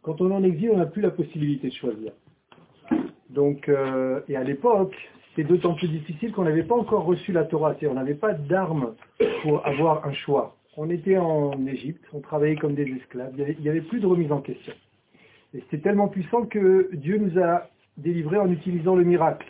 Quand on est en exil, on n'a plus la possibilité de choisir. Donc, et à l'époque, c'était d'autant plus difficile qu'on n'avait pas encore reçu la Torah, c'est-à-dire on n'avait pas d'armes pour avoir un choix. On était en Égypte, on travaillait comme des esclaves, il n'y avait plus de remise en question. Et c'était tellement puissant que Dieu nous a délivrés en utilisant le miracle.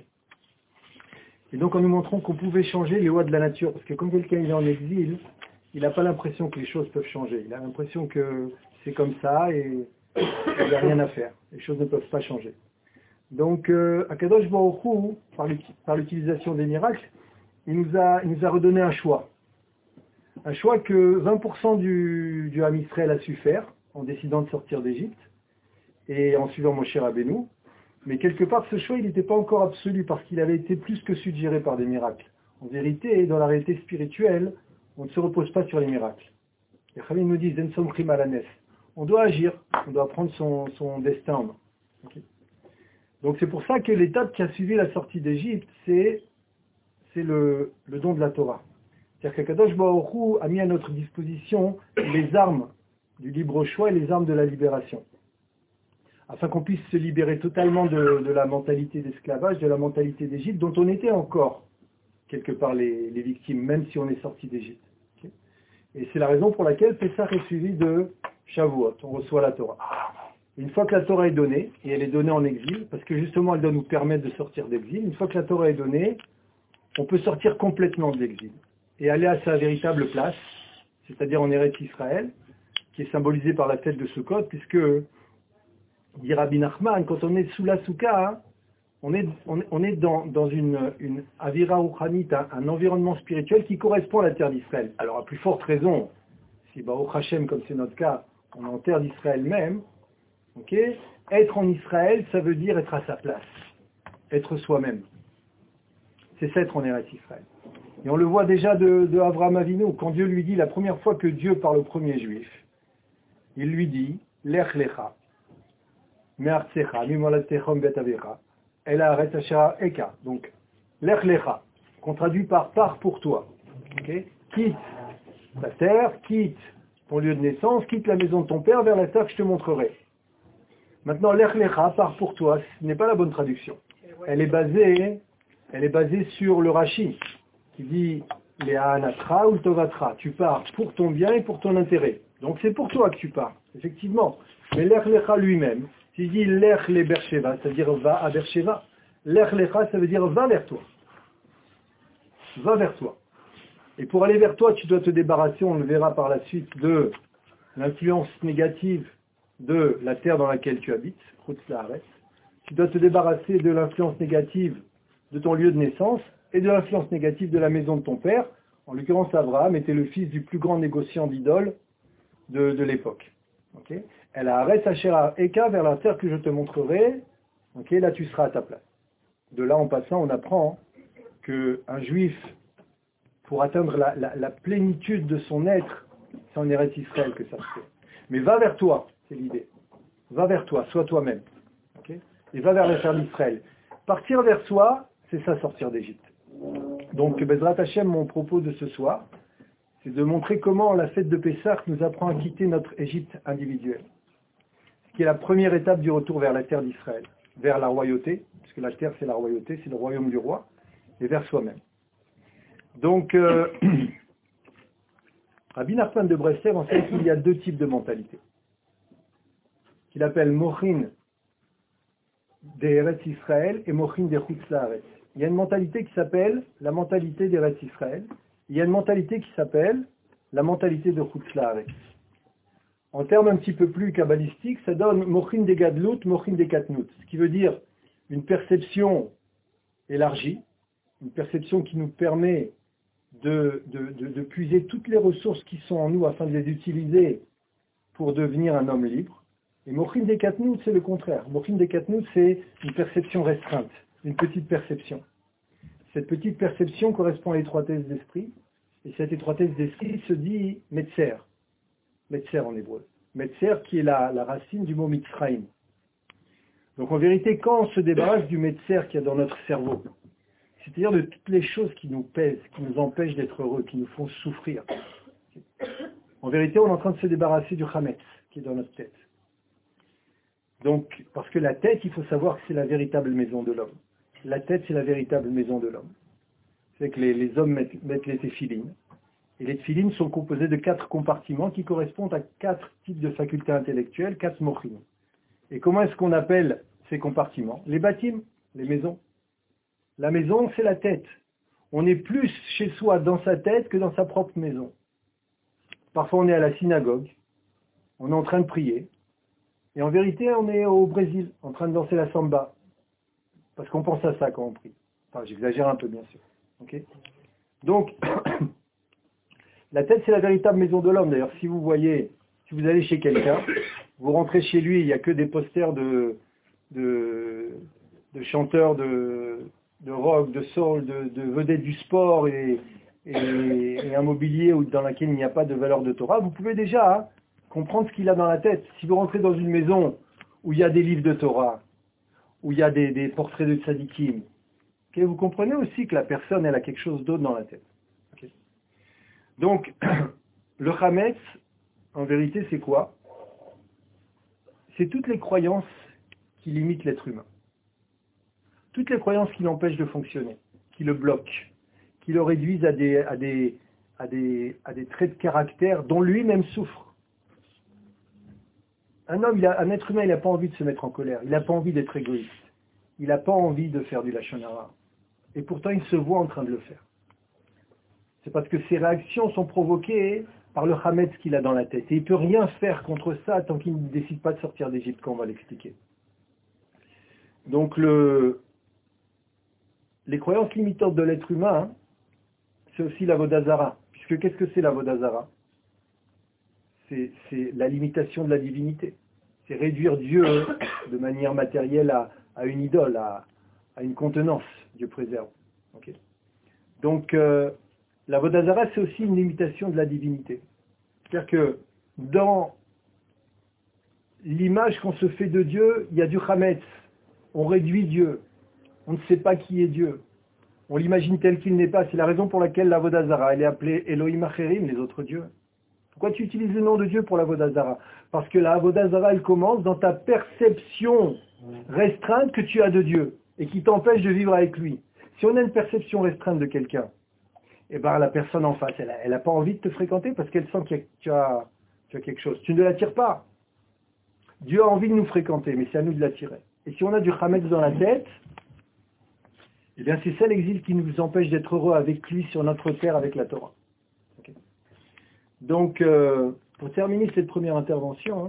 Et donc en nous montrant qu'on pouvait changer les lois de la nature, parce que quand quelqu'un est en exil, il n'a pas l'impression que les choses peuvent changer. Il a l'impression que c'est comme ça et il n'y a rien à faire. Les choses ne peuvent pas changer. Donc Akadosh Baruch Hu, par l'utilisation des miracles, il nous a redonné un choix. Un choix que 20% du Ham Israël a su faire en décidant de sortir d'Égypte et en suivant Moshe Rabbeinu. Mais quelque part, ce choix, il n'était pas encore absolu parce qu'il avait été plus que suggéré par des miracles. En vérité, dans la réalité spirituelle, on ne se repose pas sur les miracles. Les Khamim nous disent « On doit agir, on doit prendre son destin en main. Okay. Donc c'est pour ça que l'étape qui a suivi la sortie d'Égypte, c'est le don de la Torah. C'est-à-dire qu'Akadosh Baruch Hu a mis à notre disposition les armes du libre choix et les armes de la libération. Afin qu'on puisse se libérer totalement de la mentalité d'esclavage, de la mentalité d'Égypte, dont on était encore quelque part les victimes, même si on est sorti d'Égypte. Okay. Et c'est la raison pour laquelle Pessah est suivi de Shavuot, on reçoit la Torah. Une fois que la Torah est donnée, et elle est donnée en exil, parce que justement elle doit nous permettre de sortir d'exil, une fois que la Torah est donnée, on peut sortir complètement de l'exil et aller à sa véritable place, c'est-à-dire en Eretz Israël, qui est symbolisée par la tête de Sukkot, puisque, dit Rabbi Nachman, quand on est sous la Soukha, on est dans une avira ruchanit, un environnement spirituel qui correspond à la terre d'Israël. Alors à plus forte raison, si Baruch Hashem, comme c'est notre cas, on est en terre d'Israël même, okay, être en Israël, ça veut dire être à sa place, être soi-même. C'est ça être en Eretz Israël. Et on le voit déjà de Avraham Avinu, quand Dieu lui dit, la première fois que Dieu parle au premier juif, il lui dit, Lech lecha, me'artsecha, mimolatecha betavecha, el haaretz asher eka. Donc, Lech lecha, qu'on traduit par part pour toi. Okay? Quitte ta terre, quitte ton lieu de naissance, quitte la maison de ton père vers la terre que je te montrerai. Maintenant, Lech lecha, part pour toi, ce n'est pas la bonne traduction. Elle est basée sur le Rashi, qui dit Le'anatra ou Tovatra. Tu pars pour ton bien et pour ton intérêt. Donc c'est pour toi que tu pars, effectivement. Mais Lech lecha lui-même, s'il dit Lech le Bersheva, c'est-à-dire va à Bersheva, Lech lecha, ça veut dire va vers toi. Va vers toi. Et pour aller vers toi, tu dois te débarrasser, on le verra par la suite, de l'influence négative de la terre dans laquelle tu habites, Chutz La'aretz. Tu dois te débarrasser de l'influence négative de ton lieu de naissance et de l'influence négative de la maison de ton père. En l'occurrence, Abraham était le fils du plus grand négociant d'idoles de l'époque. Okay. Elle a arrêté Asher Eka vers la terre que je te montrerai. Okay, là, tu seras à ta place. De là, en passant, on apprend qu'un juif, pour atteindre la plénitude de son être, c'est en Eretz Israël que ça se fait. Mais va vers toi, c'est l'idée. Va vers toi, sois toi-même. Okay, et va vers la terre d'Israël. Partir vers soi, c'est ça, sortir d'Égypte. Donc, Bezrat Hashem, mon propos de ce soir, c'est de montrer comment la fête de Pessah nous apprend à quitter notre Égypte individuelle. Ce qui est la première étape du retour vers la terre d'Israël, vers la royauté, puisque la terre c'est la royauté, c'est le royaume du roi, et vers soi-même. Donc, Rabbi Nachman de Breslev enseigne qu'il y a deux types de mentalités, qu'il appelle Mochin d'Eretz Israël et Mochin de Chutz La'aretz. Il y a une mentalité qui s'appelle la mentalité d'Eretz Israël. Il y a une mentalité qui s'appelle la mentalité de Chutz La'aretz. En termes un petit peu plus kabbalistiques, ça donne Mochin de Gadlut, Mochin de Katnut, ce qui veut dire une perception élargie, une perception qui nous permet de puiser toutes les ressources qui sont en nous afin de les utiliser pour devenir un homme libre. Et Mochin de Katnut, c'est le contraire. Mochin de Katnut, c'est une perception restreinte, une petite perception. Cette petite perception correspond à l'étroitesse d'esprit, et cette étroitesse d'esprit se dit Metzer. Metzer en hébreu. Metzer qui est la racine du mot Mitzrayim. Donc en vérité, quand on se débarrasse du Metzer qu'il y a dans notre cerveau, c'est-à-dire de toutes les choses qui nous pèsent, qui nous empêchent d'être heureux, qui nous font souffrir, en vérité, on est en train de se débarrasser du Hametz qui est dans notre tête. Donc, parce que la tête, il faut savoir que c'est la véritable maison de l'homme. La tête, c'est la véritable maison de l'homme. C'est que les hommes mettent les téphilines. Et les téphilines sont composés de 4 compartiments qui correspondent à 4 types de facultés intellectuelles, 4 mochim. Et comment est-ce qu'on appelle ces compartiments? Les bâtiments, les maisons. La maison, c'est la tête. On est plus chez soi dans sa tête que dans sa propre maison. Parfois, on est à la synagogue, on est en train de prier, et en vérité, on est au Brésil, en train de danser la samba, parce qu'on pense à ça quand on prie. Enfin, j'exagère un peu, bien sûr. Okay. Donc, la tête, c'est la véritable maison de l'homme. D'ailleurs, si vous allez chez quelqu'un, vous rentrez chez lui, il n'y a que des posters de chanteurs de rock, de soul, de vedettes du sport et un mobilier dans lequel il n'y a pas de valeur de Torah, vous pouvez déjà comprendre ce qu'il a dans la tête. Si vous rentrez dans une maison où il y a des livres de Torah, où il y a des portraits de tzadikim, okay, vous comprenez aussi que la personne, elle a quelque chose d'autre dans la tête. Okay. Donc, le Hametz, en vérité, c'est quoi? C'est toutes les croyances qui limitent l'être humain. Toutes les croyances qui l'empêchent de fonctionner, qui le bloquent, qui le réduisent à des traits de caractère dont lui-même souffre. Un être humain, il n'a pas envie de se mettre en colère, il n'a pas envie d'être égoïste, il n'a pas envie de faire du lachon hara. Et pourtant, il se voit en train de le faire. C'est parce que ses réactions sont provoquées par le Hametz qu'il a dans la tête. Et il ne peut rien faire contre ça tant qu'il ne décide pas de sortir d'Égypte, comme on va l'expliquer. Donc, les croyances limitantes de l'être humain, c'est aussi la Vodazara. Puisque qu'est-ce que c'est la Vodazara? C'est la limitation de la divinité. C'est réduire Dieu de manière matérielle à une idole, à une contenance. Dieu préserve. Okay. Donc, la Vodazara, c'est aussi une limitation de la divinité. C'est-à-dire que dans l'image qu'on se fait de Dieu, il y a du Hametz. On réduit Dieu. On ne sait pas qui est Dieu. On l'imagine tel qu'il n'est pas. C'est la raison pour laquelle la Vodazara, elle est appelée Elohim Acherim, les autres dieux. Pourquoi tu utilises le nom de Dieu pour la Vodazara? Parce que la Vodazara, elle commence dans ta perception restreinte que tu as de Dieu et qui t'empêche de vivre avec lui. Si on a une perception restreinte de quelqu'un, eh ben, la personne en face, elle n'a pas envie de te fréquenter parce qu'elle sent que tu as quelque chose. Tu ne l'attires pas. Dieu a envie de nous fréquenter, mais c'est à nous de l'attirer. Et si on a du Hametz dans la tête, eh bien c'est ça l'exil qui nous empêche d'être heureux avec lui sur notre terre avec la Torah. Okay. Donc, pour terminer cette première intervention,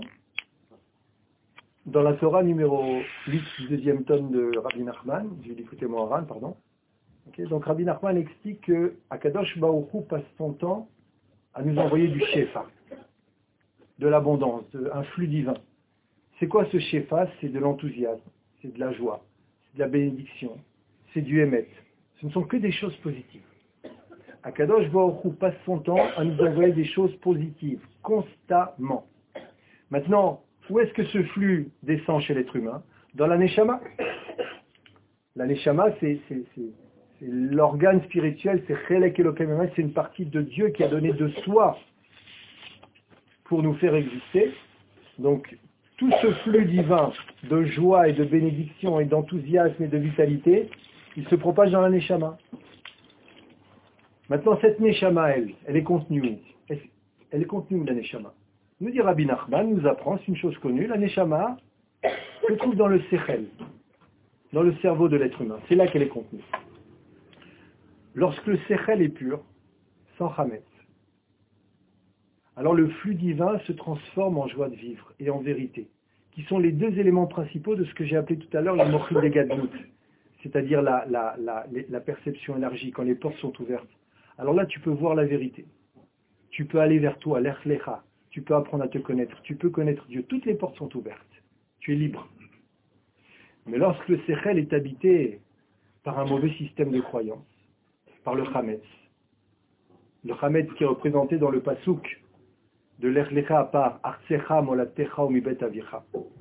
dans la Torah numéro 8 du deuxième tome de Rabbi Nachman, du Likutei Moharan, pardon. Okay, donc Rabbi Nachman explique que Akadosh Baruch Hu passe son temps à nous envoyer du Shefa, de l'abondance, un flux divin. C'est quoi ce Shefa? C'est de l'enthousiasme, c'est de la joie, c'est de la bénédiction, c'est du Emet. Ce ne sont que des choses positives. Akadosh Baruch Hu passe son temps à nous envoyer des choses positives, constamment. Maintenant, où est-ce que ce flux descend chez l'être humain? Dans la Neshama. La Neshama, c'est l'organe spirituel, c'est Chelek Elokem Emet, c'est une partie de Dieu qui a donné de soi pour nous faire exister. Donc, tout ce flux divin de joie et de bénédiction et d'enthousiasme et de vitalité, il se propage dans la Neshama. Maintenant, cette Neshama, elle est contenue où? Elle est contenue où, la Neshama? Nous dit Rabbi Nachman, nous apprend, c'est une chose connue, la Neshama se trouve dans le Sechel, dans le cerveau de l'être humain. C'est là qu'elle est contenue. Lorsque le Sechel est pur, sans Hametz, alors le flux divin se transforme en joie de vivre et en vérité, qui sont les deux éléments principaux de ce que j'ai appelé tout à l'heure le Mochim de Gadlut, c'est-à-dire la perception élargie, quand les portes sont ouvertes. Alors là, tu peux voir la vérité. Tu peux aller vers toi, l'Echlecha. Tu peux apprendre à te connaître. Tu peux connaître Dieu. Toutes les portes sont ouvertes. Tu es libre. Mais lorsque le Sechel est habité par un mauvais système de croyance, par le Hametz qui est représenté dans le Pasuk de l'Echlecha par Artsecha molatecha umibet avicha.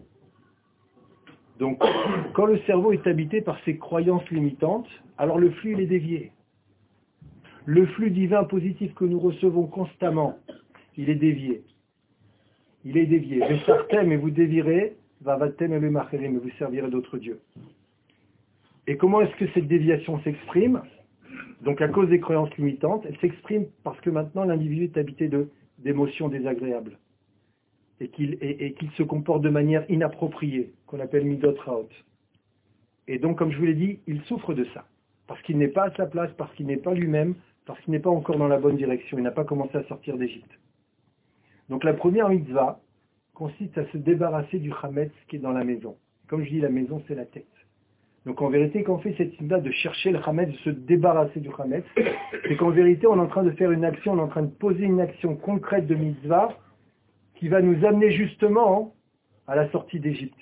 Donc, quand le cerveau est habité par ces croyances limitantes, alors le flux il est dévié. Le flux divin positif que nous recevons constamment, il est dévié. Il est dévié. Vesartem et vous dévierez vavatem elem acherim, et vous servirez d'autres dieux. Et comment est-ce que cette déviation s'exprime? Donc à cause des croyances limitantes, elle s'exprime parce que maintenant l'individu est habité d'émotions désagréables et qu'il se comporte de manière inappropriée, qu'on appelle midot raot. Et donc, comme je vous l'ai dit, il souffre de ça, parce qu'il n'est pas à sa place, parce qu'il n'est pas lui-même, parce qu'il n'est pas encore dans la bonne direction, il n'a pas commencé à sortir d'Égypte. Donc la première mitzvah consiste à se débarrasser du chametz qui est dans la maison. Comme je dis, la maison c'est la tête. Donc en vérité, quand on fait cette mitzvah de chercher le chametz, de se débarrasser du chametz, c'est qu'en vérité, on est en train de faire une action, on est en train de poser une action concrète de mitzvah qui va nous amener justement à la sortie d'Égypte.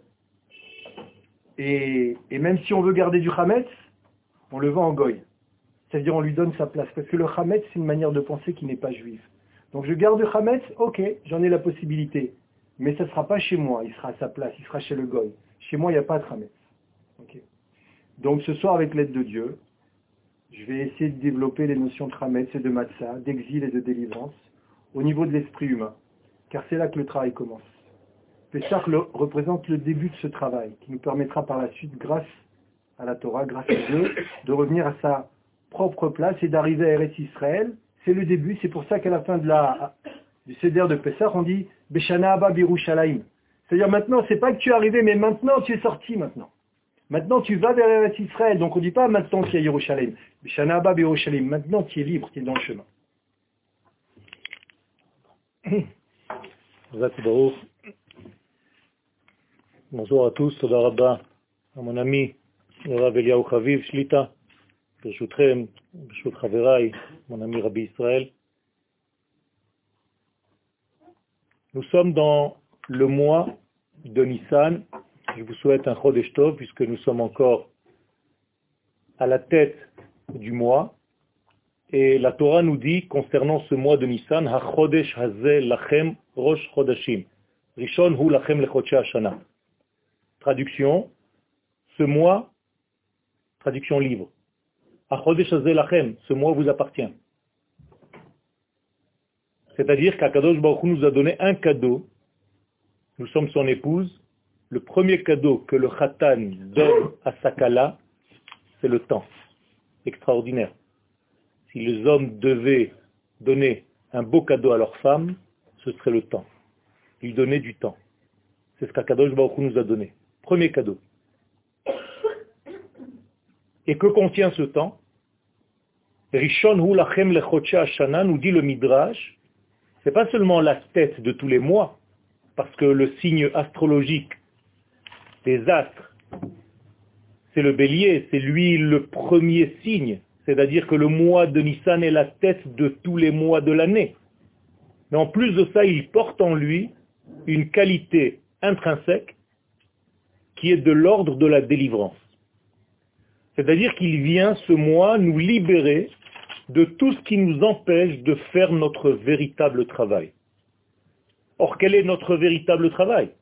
Et même si on veut garder du chametz, on le vend en goy. C'est-à-dire on lui donne sa place. Parce que le chametz, c'est une manière de penser qui n'est pas juive. Donc je garde le chametz, ok, j'en ai la possibilité. Mais ça ne sera pas chez moi, il sera à sa place, il sera chez le goy. Chez moi, il n'y a pas de chametz. Okay. Donc ce soir, avec l'aide de Dieu, je vais essayer de développer les notions de chametz et de matzah, d'exil et de délivrance, au niveau de l'esprit humain. Car c'est là que le travail commence. Pessah représente le début de ce travail, qui nous permettra par la suite, grâce à la Torah, grâce à Dieu, de revenir à sa propre place et d'arriver à Eretz Israël. C'est le début, c'est pour ça qu'à la fin du Seder de Pessah, on dit « Beshana Abba Birushalayim ». C'est-à-dire maintenant, c'est pas que tu es arrivé, mais maintenant tu es sorti maintenant. Maintenant tu vas vers Eretz Israël, donc on ne dit pas maintenant tu es à Yerushalayim. « Beshana Abba Birushalayim ». Maintenant tu es libre, tu es dans le chemin. Bonjour à tous, Toda Rabba, à mon ami, le Rav Eliyahu Chaviv Shlita, Bershutchem, Bershut Chaverai, mon ami Rabbi Israël. Nous sommes dans le mois de Nissan. Je vous souhaite un Chodesh Tov, puisque nous sommes encore à la tête du mois. Et la Torah nous dit, concernant ce mois de Nissan, HaChodesh Hazeh Lachem Rosh Chodashim. Rishon Hu Lachem Lechodshei Hashana. Traduction, ce mois, traduction livre. HaChodesh Hazeh Lachem, ce mois vous appartient. C'est-à-dire qu'Akadosh Baruch Hu nous a donné un cadeau. Nous sommes son épouse. Le premier cadeau que le Khatan donne à sa kala, c'est le temps. Extraordinaire. Si les hommes devaient donner un beau cadeau à leur femme, ce serait le temps. Lui donner du temps. C'est ce qu'Akadosh Baruch Hu nous a donné. Premier cadeau. Et que contient ce temps? Rishon hu lachem lechodshei hashana, nous dit le Midrash, c'est pas seulement la tête de tous les mois, parce que le signe astrologique des astres, c'est le bélier, c'est lui le premier signe, c'est-à-dire que le mois de Nissan est la tête de tous les mois de l'année. Mais en plus de ça, il porte en lui une qualité intrinsèque qui est de l'ordre de la délivrance. C'est-à-dire qu'il vient ce mois nous libérer de tout ce qui nous empêche de faire notre véritable travail. Or, quel est notre véritable travail?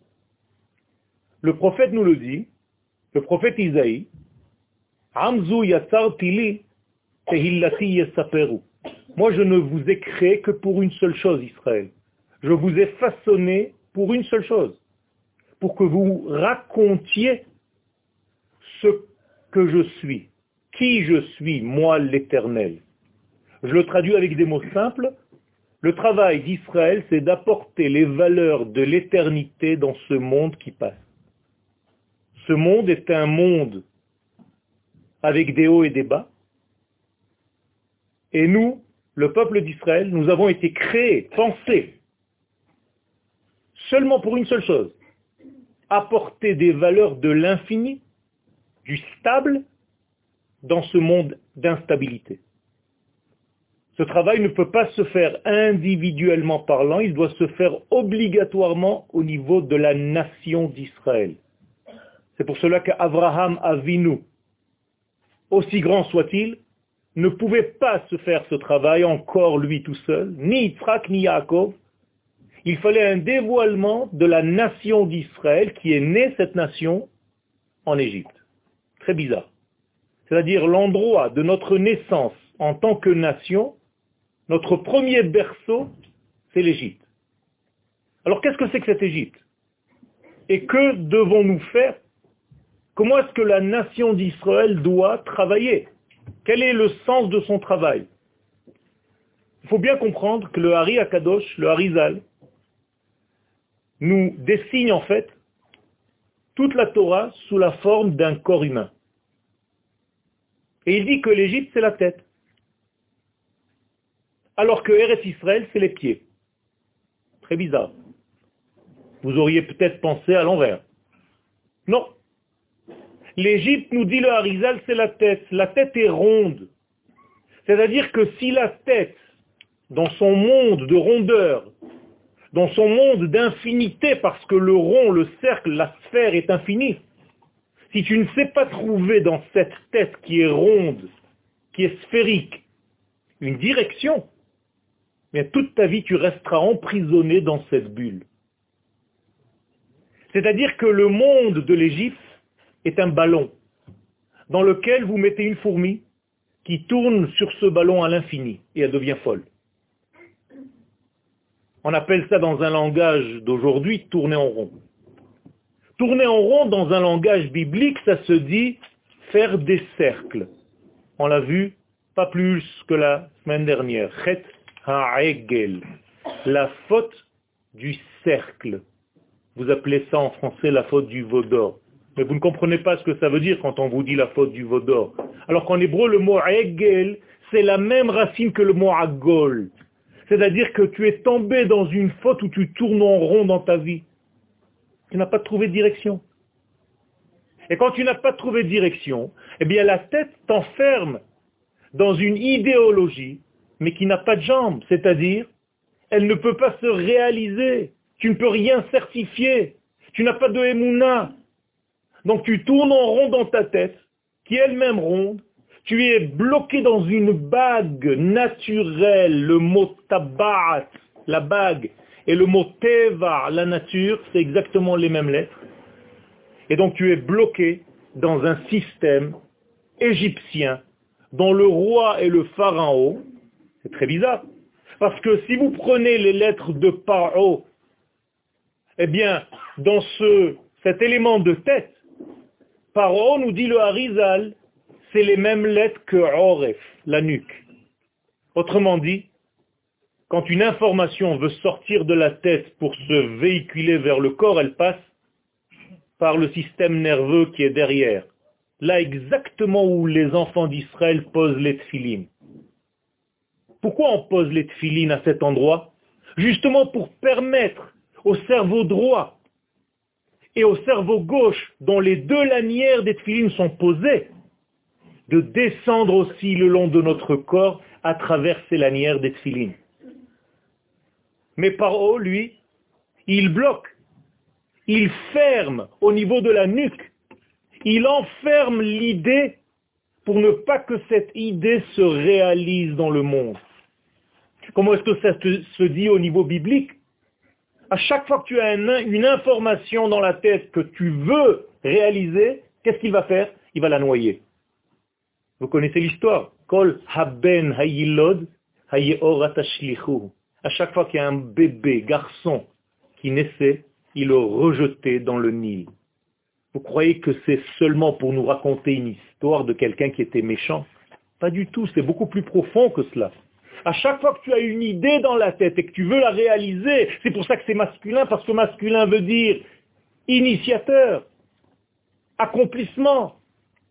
Le prophète nous le dit, le prophète Isaïe, Amzu yatsarti li tehillati yesaperu. Moi, je ne vous ai créé que pour une seule chose, Israël. Je vous ai façonné pour une seule chose. Pour que vous racontiez ce que je suis. Qui je suis, moi l'Éternel. Je le traduis avec des mots simples. Le travail d'Israël, c'est d'apporter les valeurs de l'éternité dans ce monde qui passe. Ce monde est un monde avec des hauts et des bas. Et nous, le peuple d'Israël, nous avons été créés, pensés, seulement pour une seule chose. Apporter des valeurs de l'infini, du stable, dans ce monde d'instabilité. Ce travail ne peut pas se faire individuellement parlant, il doit se faire obligatoirement au niveau de la nation d'Israël. C'est pour cela qu'Abraham Avinu, aussi grand soit-il, ne pouvait pas se faire ce travail encore lui tout seul, ni Yitzhak ni Yaakov. Il fallait un dévoilement de la nation d'Israël qui est née cette nation en Égypte. Très bizarre. C'est-à-dire l'endroit de notre naissance en tant que nation, notre premier berceau, c'est l'Égypte. Alors qu'est-ce que c'est que cette Égypte? Et que devons-nous faire? Comment est-ce que la nation d'Israël doit travailler? Quel est le sens de son travail? Il faut bien comprendre que le Hari Akadosh, le Harizal, nous dessine en fait toute la Torah sous la forme d'un corps humain. Et il dit que l'Égypte, c'est la tête. Alors que Eretz Israël, c'est les pieds. Très bizarre. Vous auriez peut-être pensé à l'envers. Non. L'Égypte, nous dit le Harizal, c'est la tête. La tête est ronde. C'est-à-dire que si la tête, dans son monde de rondeur, dans son monde d'infinité, parce que le rond, le cercle, la sphère est infinie, si tu ne sais pas trouver dans cette tête qui est ronde, qui est sphérique, une direction, mais toute ta vie tu resteras emprisonné dans cette bulle. C'est-à-dire que le monde de l'Égypte est un ballon dans lequel vous mettez une fourmi qui tourne sur ce ballon à l'infini et elle devient folle. On appelle ça dans un langage d'aujourd'hui tourner en rond. Tourner en rond dans un langage biblique, ça se dit faire des cercles. On l'a vu pas plus que la semaine dernière. Chet ha'egel, la faute du cercle. Vous appelez ça en français la faute du veau d'or. Mais vous ne comprenez pas ce que ça veut dire quand on vous dit la faute du veau d'or. Alors qu'en hébreu, le mot egel, c'est la même racine que le mot agol. C'est-à-dire que tu es tombé dans une faute où tu tournes en rond dans ta vie. Tu n'as pas trouvé de direction. Et quand tu n'as pas trouvé de direction, eh bien la tête t'enferme dans une idéologie, mais qui n'a pas de jambes. C'est-à-dire, elle ne peut pas se réaliser. Tu ne peux rien certifier. Tu n'as pas de émouna. Donc tu tournes en rond dans ta tête, qui est elle-même ronde. Tu es bloqué dans une bague naturelle. Le mot tabat, la bague, et le mot teva, la nature, c'est exactement les mêmes lettres. Et donc tu es bloqué dans un système égyptien dont le roi et le pharaon, c'est très bizarre. Parce que si vous prenez les lettres de Paro, eh bien, dans cet élément de tête, Paro nous dit le Harizal, c'est les mêmes lettres que Oref, la nuque. Autrement dit, quand une information veut sortir de la tête pour se véhiculer vers le corps, elle passe par le système nerveux qui est derrière. Là exactement où les enfants d'Israël posent les tefilines. Pourquoi on pose les tefilines à cet endroit? Justement pour permettre au cerveau droit et au cerveau gauche, dont les deux lanières des tefilines sont posées, de descendre aussi le long de notre corps à travers ces lanières des tefilines. Mais Paro, lui, il bloque, il ferme au niveau de la nuque, il enferme l'idée pour ne pas que cette idée se réalise dans le monde. Comment est-ce que ça se dit au niveau biblique? À chaque fois que tu as une information dans la tête que tu veux réaliser, qu'est-ce qu'il va faire? Il va la noyer. Vous connaissez l'histoire. Kol haben hayilod hayeorat ashlichu. À chaque fois qu'il y a un bébé, garçon, qui naissait, il le rejetait dans le Nil. Vous croyez que c'est seulement pour nous raconter une histoire de quelqu'un qui était méchant? Pas du tout, c'est beaucoup plus profond que cela. À chaque fois que tu as une idée dans la tête et que tu veux la réaliser, c'est pour ça que c'est masculin, parce que masculin veut dire initiateur, accomplissement.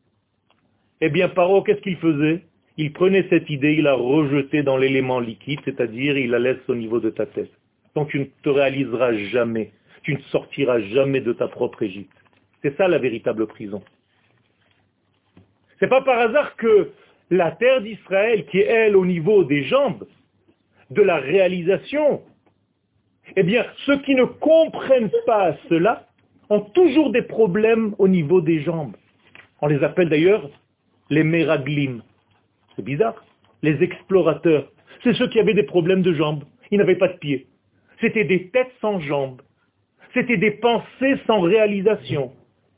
Eh bien, Paro, qu'est-ce qu'il faisait? Il prenait cette idée, il la rejetait dans l'élément liquide, c'est-à-dire il la laisse au niveau de ta tête. Donc tu ne te réaliseras jamais, tu ne sortiras jamais de ta propre Égypte. C'est ça la véritable prison. C'est pas par hasard que la terre d'Israël, qui est elle au niveau des jambes, de la réalisation, eh bien, ceux qui ne comprennent pas cela ont toujours des problèmes au niveau des jambes. On les appelle d'ailleurs les meraglim. C'est bizarre. Les explorateurs. C'est ceux qui avaient des problèmes de jambes. Ils n'avaient pas de pieds. C'était des têtes sans jambes. C'était des pensées sans réalisation.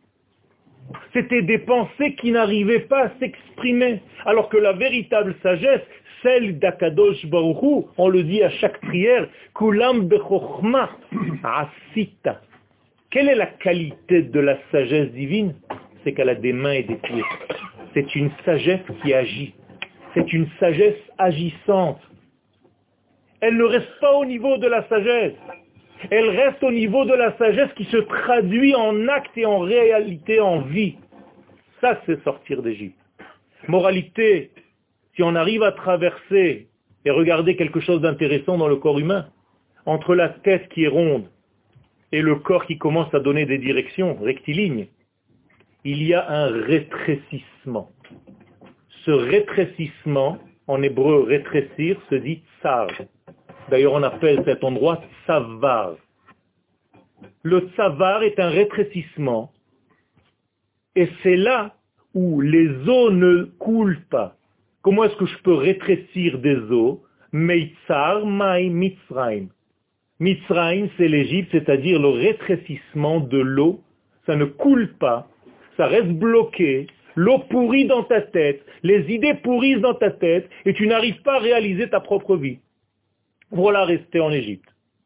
C'était des pensées qui n'arrivaient pas à s'exprimer. Alors que la véritable sagesse, celle d'Akadosh Baruch Hu, on le dit à chaque prière, Kulam bechokhma asita. Quelle est la qualité de la sagesse divine? C'est qu'elle a des mains et des pieds. C'est une sagesse qui agit. C'est une sagesse agissante. Elle ne reste pas au niveau de la sagesse. Elle reste au niveau de la sagesse qui se traduit en acte et en réalité, en vie. Ça, c'est sortir d'Égypte. Moralité, si on arrive à traverser et regarder quelque chose d'intéressant dans le corps humain, entre la tête qui est ronde et le corps qui commence à donner des directions rectilignes, il y a un rétrécissement. Ce rétrécissement, en hébreu rétrécir, se dit tsar. D'ailleurs, on appelle cet endroit tsavar. Le tsavar est un rétrécissement, et c'est là où les eaux ne coulent pas. Comment est-ce que je peux rétrécir des eaux? Meitzar mai Mitzrayim. Mitzrayim, c'est l'Égypte, c'est-à-dire le rétrécissement de l'eau. Ça ne coule pas, ça reste bloqué, l'eau pourrit dans ta tête, les idées pourrissent dans ta tête, et tu n'arrives pas à réaliser ta propre vie. Voilà rester en Égypte.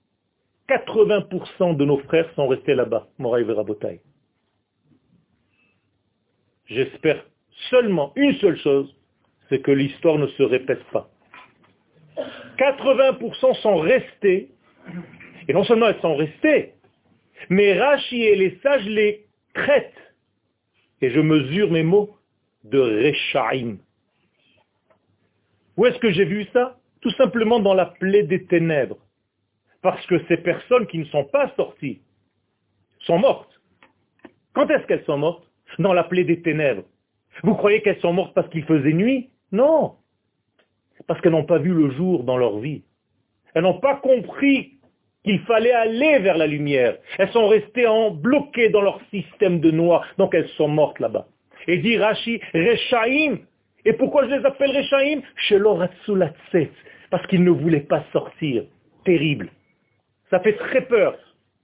80% de nos frères sont restés là-bas, Moraï Verabotai. J'espère seulement une seule chose, c'est que l'histoire ne se répète pas. 80% sont restés, et non seulement elles sont restées, mais Rashi et les sages les traitent, et je mesure mes mots, de Rechaim. Où est-ce que j'ai vu ça? Tout simplement dans la plaie des ténèbres. Parce que ces personnes qui ne sont pas sorties sont mortes. Quand est-ce qu'elles sont mortes? Dans la plaie des ténèbres. Vous croyez qu'elles sont mortes parce qu'il faisait nuit? Non. Parce qu'elles n'ont pas vu le jour dans leur vie. Elles n'ont pas compris qu'il fallait aller vers la lumière. Elles sont restées bloquées dans leur système de noix. Donc elles sont mortes là-bas. Et dit Rashi, Rechaim. Et pourquoi je les appelle Rechaim? Shelo ratzu latzet. Parce qu'ils ne voulaient pas sortir. Terrible. Ça fait très peur.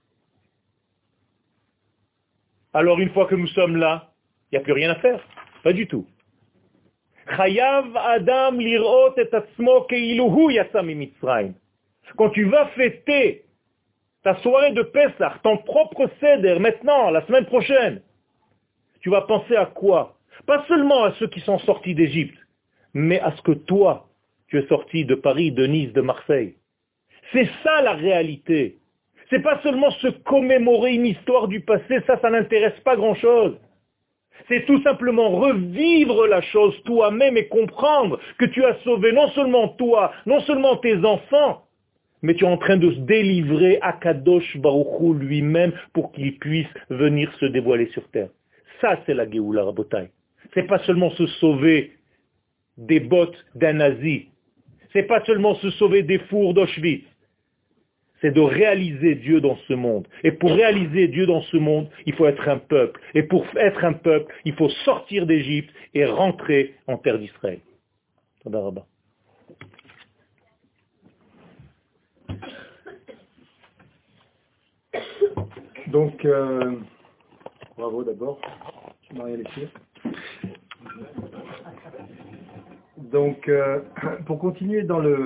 Alors une fois que nous sommes là, il n'y a plus rien à faire. Pas du tout. Chayav Adam lirot et atzmo keiluhu yatsa mimitzrayim. Quand tu vas fêter ta soirée de Pessah, ton propre Seder, maintenant, la semaine prochaine, tu vas penser à quoi? Pas seulement à ceux qui sont sortis d'Égypte, mais à ce que toi, tu es sorti de Paris, de Nice, de Marseille. C'est ça la réalité. C'est pas seulement se commémorer une histoire du passé, ça n'intéresse pas grand-chose. C'est tout simplement revivre la chose toi-même et comprendre que tu as sauvé non seulement toi, non seulement tes enfants, mais tu es en train de se délivrer à Kadosh Baruch Hu lui-même pour qu'il puisse venir se dévoiler sur terre. Ça, c'est la Géoula Rabotai. C'est pas seulement se sauver des bottes d'un nazi. C'est pas seulement se sauver des fours d'Auschwitz. C'est de réaliser Dieu dans ce monde. Et pour réaliser Dieu dans ce monde, il faut être un peuple. Et pour être un peuple, il faut sortir d'Égypte et rentrer en terre d'Israël. Toda Rabba. Donc, bravo d'abord, tu m'as rien laissé. Donc, pour continuer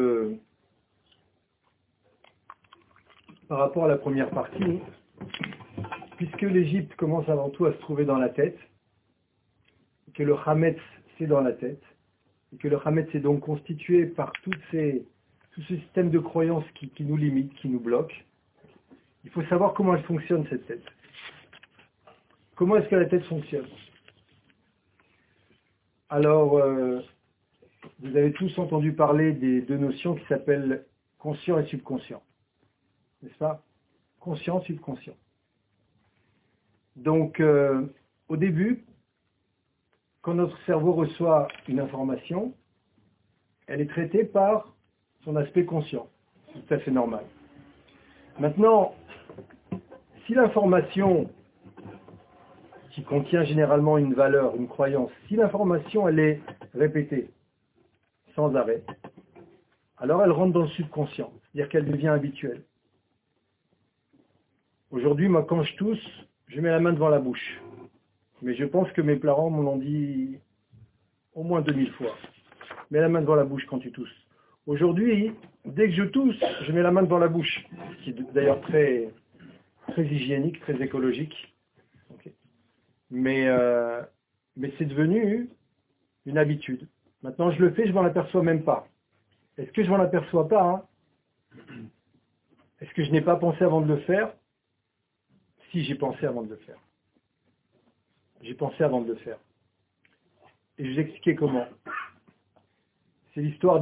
par rapport à la première partie, puisque l'Égypte commence avant tout à se trouver dans la tête, que le Hametz c'est dans la tête, et que le Hametz est donc constitué par tout ce système de croyances qui nous limite, qui nous bloque, il faut savoir comment elle fonctionne cette tête. Comment est-ce que la tête fonctionne? Alors, vous avez tous entendu parler des deux notions qui s'appellent conscient et subconscient. N'est-ce pas? Conscient, subconscient. Donc, au début, quand notre cerveau reçoit une information, elle est traitée par son aspect conscient. C'est tout à fait normal. Maintenant, si l'information qui contient généralement une valeur, une croyance, si l'information elle est répétée sans arrêt, alors elle rentre dans le subconscient, c'est-à-dire qu'elle devient habituelle. Aujourd'hui, moi, quand je tousse, je mets la main devant la bouche. Mais je pense que mes parents m'en ont dit au moins 2000 fois. Mets la main devant la bouche quand tu tousses. Aujourd'hui, dès que je tousse, je mets la main devant la bouche. Ce qui est d'ailleurs très, très hygiénique, très écologique. Okay. Mais c'est devenu une habitude. Maintenant, je le fais, je m'en aperçois même pas. Est-ce que je m'en aperçois pas Est-ce que je n'ai pas pensé avant de le faire? Si, j'ai pensé avant de le faire. J'ai pensé avant de le faire. Et je vais vous expliquer comment. C'est l'histoire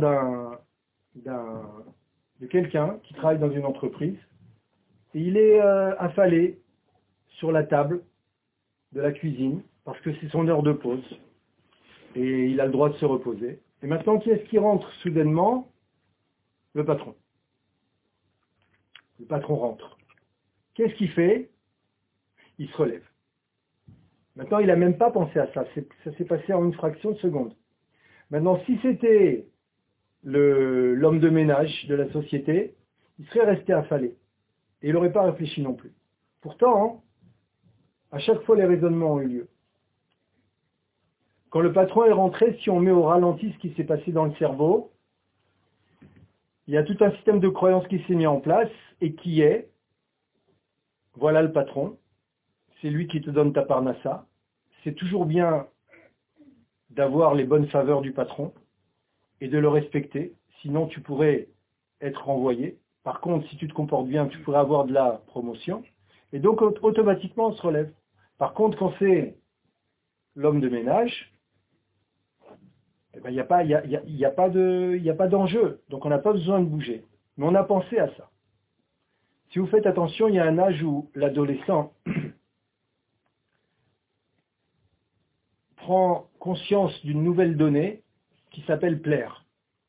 de quelqu'un qui travaille dans une entreprise. Et il est affalé sur la table de la cuisine parce que c'est son heure de pause. Et il a le droit de se reposer. Et maintenant, qui est-ce qui rentre soudainement? Le patron. Le patron rentre. Qu'est-ce qu'il fait? Il se relève. Maintenant, il n'a même pas pensé à ça. Ça s'est passé en une fraction de seconde. Maintenant, si c'était l'homme de ménage de la société, il serait resté affalé. Et il n'aurait pas réfléchi non plus. Pourtant, à chaque fois, les raisonnements ont eu lieu. Quand le patron est rentré, si on met au ralenti ce qui s'est passé dans le cerveau, il y a tout un système de croyances qui s'est mis en place et qui est, voilà le patron, c'est lui qui te donne ta parnassa, c'est toujours bien d'avoir les bonnes faveurs du patron et de le respecter, sinon tu pourrais être renvoyé. Par contre, si tu te comportes bien, tu pourrais avoir de la promotion. Et donc, automatiquement, on se relève. Par contre, quand c'est l'homme de ménage, eh ben, il n'y a pas d'enjeu. Donc, on n'a pas besoin de bouger. Mais on a pensé à ça. Si vous faites attention, il y a un âge où l'adolescent prend conscience d'une nouvelle donnée qui s'appelle plaire.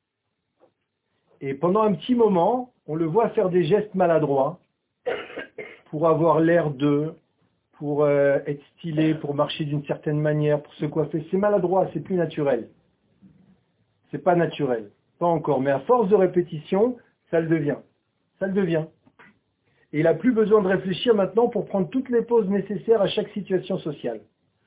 Et pendant un petit moment, on le voit faire des gestes maladroits pour avoir l'air d'eux, pour être stylé, pour marcher d'une certaine manière, pour se coiffer. C'est maladroit, c'est plus naturel. C'est pas naturel. Pas encore. Mais à force de répétition, ça le devient. Ça le devient. Et il n'a plus besoin de réfléchir maintenant pour prendre toutes les pauses nécessaires à chaque situation sociale.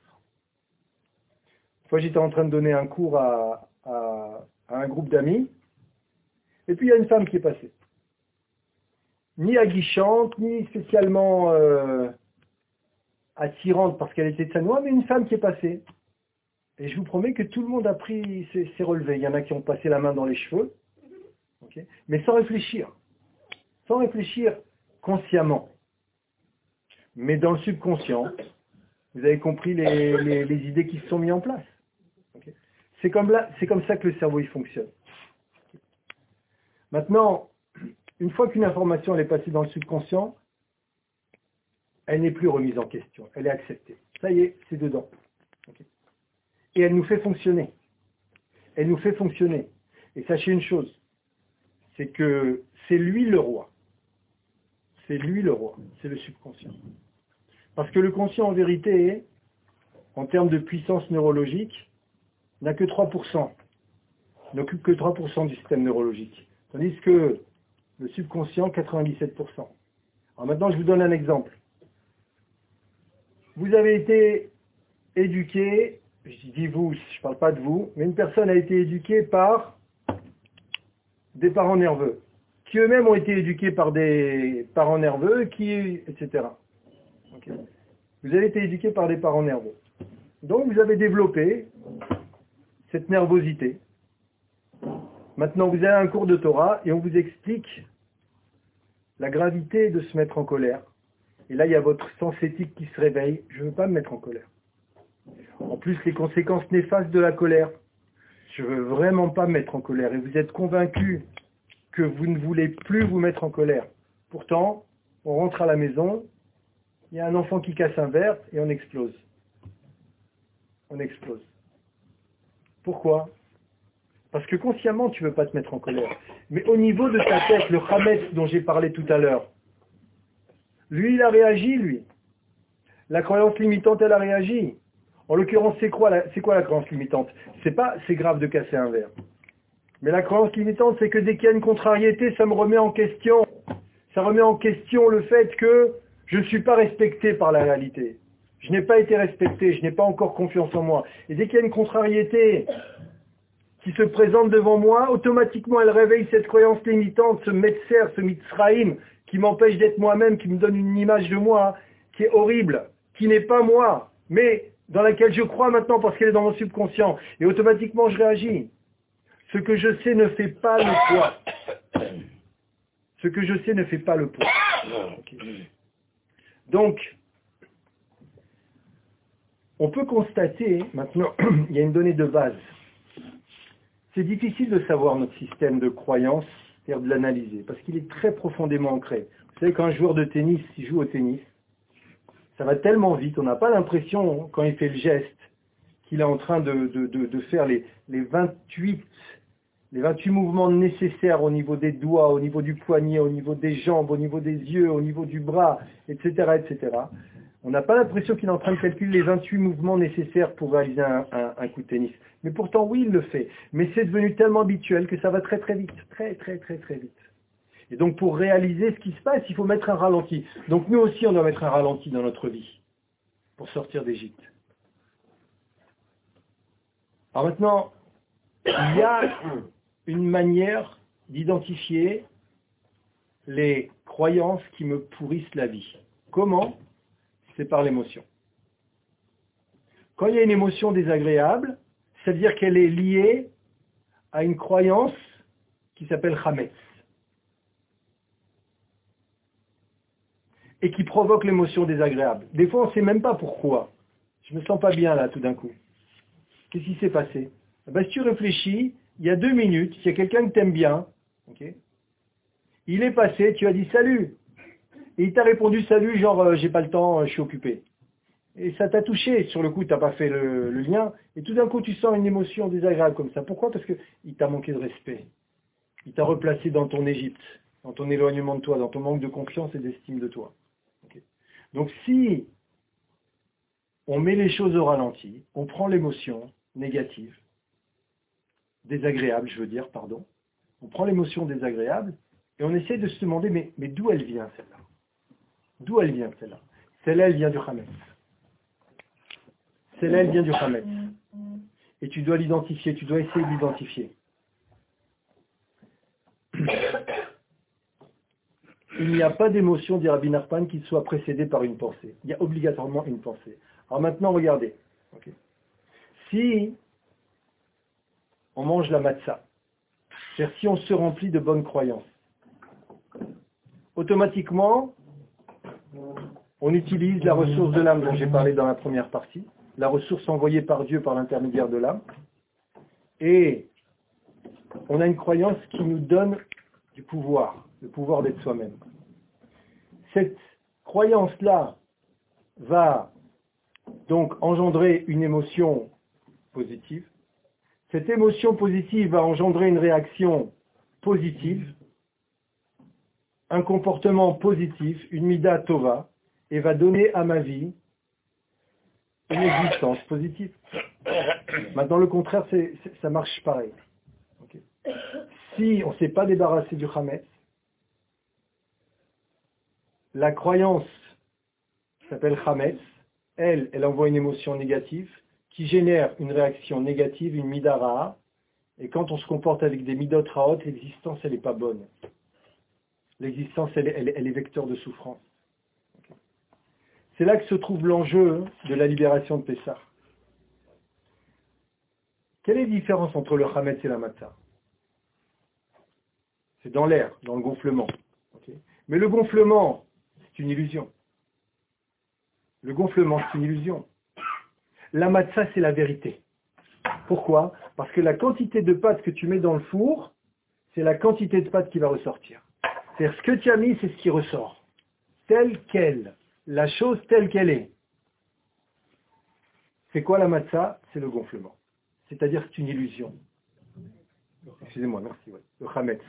Une fois, j'étais en train de donner un cours à un groupe d'amis, et puis il y a une femme qui est passée. Ni aguichante, ni spécialement attirante parce qu'elle était de Sanois, mais une femme qui est passée. Et je vous promets que tout le monde a pris ses relevés. Il y en a qui ont passé la main dans les cheveux, okay, mais sans réfléchir. Sans réfléchir consciemment. Mais dans le subconscient, vous avez compris les idées qui se sont mises en place. Okay. C'est comme ça que le cerveau il fonctionne. Maintenant, une fois qu'une information elle est passée dans le subconscient, elle n'est plus remise en question, elle est acceptée. Ça y est, c'est dedans. Okay. Et elle nous fait fonctionner. Elle nous fait fonctionner. Et sachez une chose, c'est que c'est lui le roi. C'est lui le roi, c'est le subconscient. Parce que le conscient, en vérité, en termes de puissance neurologique, n'a que 3%. N'occupe que 3% du système neurologique. Tandis que le subconscient, 97%. Alors maintenant, je vous donne un exemple. Vous avez été éduqué, je dis vous, je ne parle pas de vous, mais une personne a été éduquée par des parents nerveux, qui eux-mêmes ont été éduqués par des parents nerveux, etc. Okay. Vous avez été éduqué par des parents nerveux. Donc vous avez développé cette nervosité. Maintenant, vous avez un cours de Torah et on vous explique la gravité de se mettre en colère. Et là, il y a votre sens éthique qui se réveille. Je ne veux pas me mettre en colère. En plus, les conséquences néfastes de la colère. Je ne veux vraiment pas me mettre en colère. Et vous êtes convaincu que vous ne voulez plus vous mettre en colère. Pourtant, on rentre à la maison, il y a un enfant qui casse un verre et on explose. On explose. Pourquoi ? Parce que consciemment, tu ne veux pas te mettre en colère. Mais au niveau de ta tête, le Hametz dont j'ai parlé tout à l'heure, lui, il a réagi, lui. La croyance limitante, elle a réagi. En l'occurrence, c'est quoi la croyance limitante ? C'est grave de casser un verre. Mais la croyance limitante, c'est que dès qu'il y a une contrariété, ça me remet en question. Ça remet en question le fait que je ne suis pas respecté par la réalité. Je n'ai pas été respecté, je n'ai pas encore confiance en moi. Et dès qu'il y a une contrariété qui se présente devant moi, automatiquement elle réveille cette croyance limitante, ce Metzer, ce Mitzraïm, qui m'empêche d'être moi-même, qui me donne une image de moi qui est horrible, qui n'est pas moi, mais dans laquelle je crois maintenant parce qu'elle est dans mon subconscient. Et automatiquement, je réagis. Ce que je sais ne fait pas le poids. Ce que je sais ne fait pas le poids. Okay. Donc, on peut constater, maintenant, il y a une donnée de base. C'est difficile de savoir notre système de croyance, c'est-à-dire de l'analyser, parce qu'il est très profondément ancré. Vous savez, quand un joueur de tennis, il joue au tennis, ça va tellement vite, on n'a pas l'impression, quand il fait le geste, qu'il est en train de faire les 28 mouvements nécessaires au niveau des doigts, au niveau du poignet, au niveau des jambes, au niveau des yeux, au niveau du bras, etc., etc. On n'a pas l'impression qu'il est en train de calculer les 28 mouvements nécessaires pour réaliser un coup de tennis. Mais pourtant, oui, il le fait. Mais c'est devenu tellement habituel que ça va très très vite. Très très très très vite. Et donc, pour réaliser ce qui se passe, il faut mettre un ralenti. Donc, nous aussi, on doit mettre un ralenti dans notre vie pour sortir d'Égypte. Alors maintenant, il y a une manière d'identifier les croyances qui me pourrissent la vie. Comment ? C'est par l'émotion. Quand il y a une émotion désagréable, ça veut dire qu'elle est liée à une croyance qui s'appelle Hametz et qui provoque l'émotion désagréable. Des fois, on ne sait même pas pourquoi. Je ne me sens pas bien là tout d'un coup. Qu'est-ce qui s'est passé ? Si tu réfléchis, il y a 2 minutes, il y a quelqu'un que tu aimes bien, okay, il est passé, tu as dit salut. Et il t'a répondu salut, genre j'ai pas le temps, je suis occupé. Et ça t'a touché, sur le coup tu n'as pas fait le lien, et tout d'un coup tu sens une émotion désagréable comme ça. Pourquoi ? Parce qu'il t'a manqué de respect. Il t'a replacé dans ton Égypte, dans ton éloignement de toi, dans ton manque de confiance et d'estime de toi. Okay. Donc si on met les choses au ralenti, on prend l'émotion négative, désagréable, je veux dire, pardon, on prend l'émotion désagréable et on essaie de se demander, mais d'où elle vient celle-là ? D'où elle vient celle-là ? Celle-là, elle vient du Hametz. Celle-là, elle vient du Hametz. Et tu dois l'identifier, tu dois essayer de l'identifier. Il n'y a pas d'émotion, dit Rabbi Nachman, qui soit précédée par une pensée. Il y a obligatoirement une pensée. Alors maintenant, regardez. Okay. Si on mange la matzah, c'est-à-dire si on se remplit de bonnes croyances, automatiquement, on utilise la ressource de l'âme dont j'ai parlé dans la première partie, la ressource envoyée par Dieu par l'intermédiaire de l'âme, et on a une croyance qui nous donne du pouvoir, le pouvoir d'être soi-même. Cette croyance-là va donc engendrer une émotion positive. Cette émotion positive va engendrer une réaction positive, un comportement positif, une mida tova, et va donner à ma vie une existence positive. Maintenant, le contraire, ça marche pareil. Okay. Si on ne s'est pas débarrassé du Hametz, la croyance qui s'appelle Hametz, elle envoie une émotion négative qui génère une réaction négative, une mida ra'a, et quand on se comporte avec des midot ra'ot, l'existence, elle n'est pas bonne. L'existence, elle est vecteur de souffrance. Okay. C'est là que se trouve l'enjeu de la libération de Pessah. Quelle est la différence entre le Hametz et la Matzah ? C'est dans l'air, dans le gonflement. Okay. Mais le gonflement, c'est une illusion. Le gonflement, c'est une illusion. La Matzah, c'est la vérité. Pourquoi ? Parce que la quantité de pâte que tu mets dans le four, c'est la quantité de pâte qui va ressortir. C'est-à-dire ce que tu as mis, c'est ce qui ressort. Telle qu'elle. La chose telle qu'elle est. C'est quoi la matzah ? C'est le gonflement. C'est-à-dire c'est une illusion. Excusez-moi, merci. Ouais. Le chametz.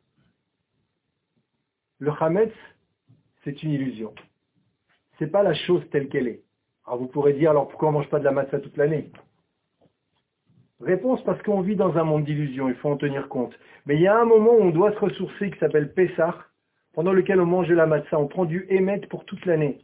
Le chametz, c'est une illusion. C'est pas la chose telle qu'elle est. Alors vous pourrez dire, alors pourquoi on ne mange pas de la matzah toute l'année ? Réponse, parce qu'on vit dans un monde d'illusions, il faut en tenir compte. Mais il y a un moment où on doit se ressourcer qui s'appelle Pessah, pendant lequel on mange de la matzah. On prend du émet pour toute l'année.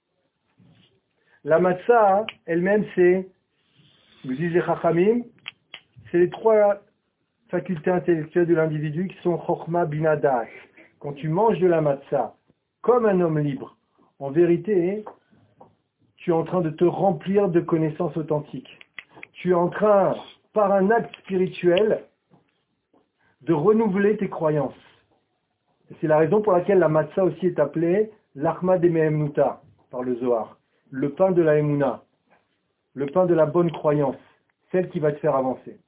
La matzah, elle-même, c'est, vous disiez Chachamim, c'est les 3 facultés intellectuelles de l'individu qui sont Chochma, Bina, Da'ach. Quand tu manges de la matzah comme un homme libre. En vérité, tu es en train de te remplir de connaissances authentiques. Tu es en train, par un acte spirituel, de renouveler tes croyances. Et c'est la raison pour laquelle la matzah aussi est appelée l'achma de Mehemnuta par le Zohar. Le pain de la Emouna. Le pain de la bonne croyance. Celle qui va te faire avancer.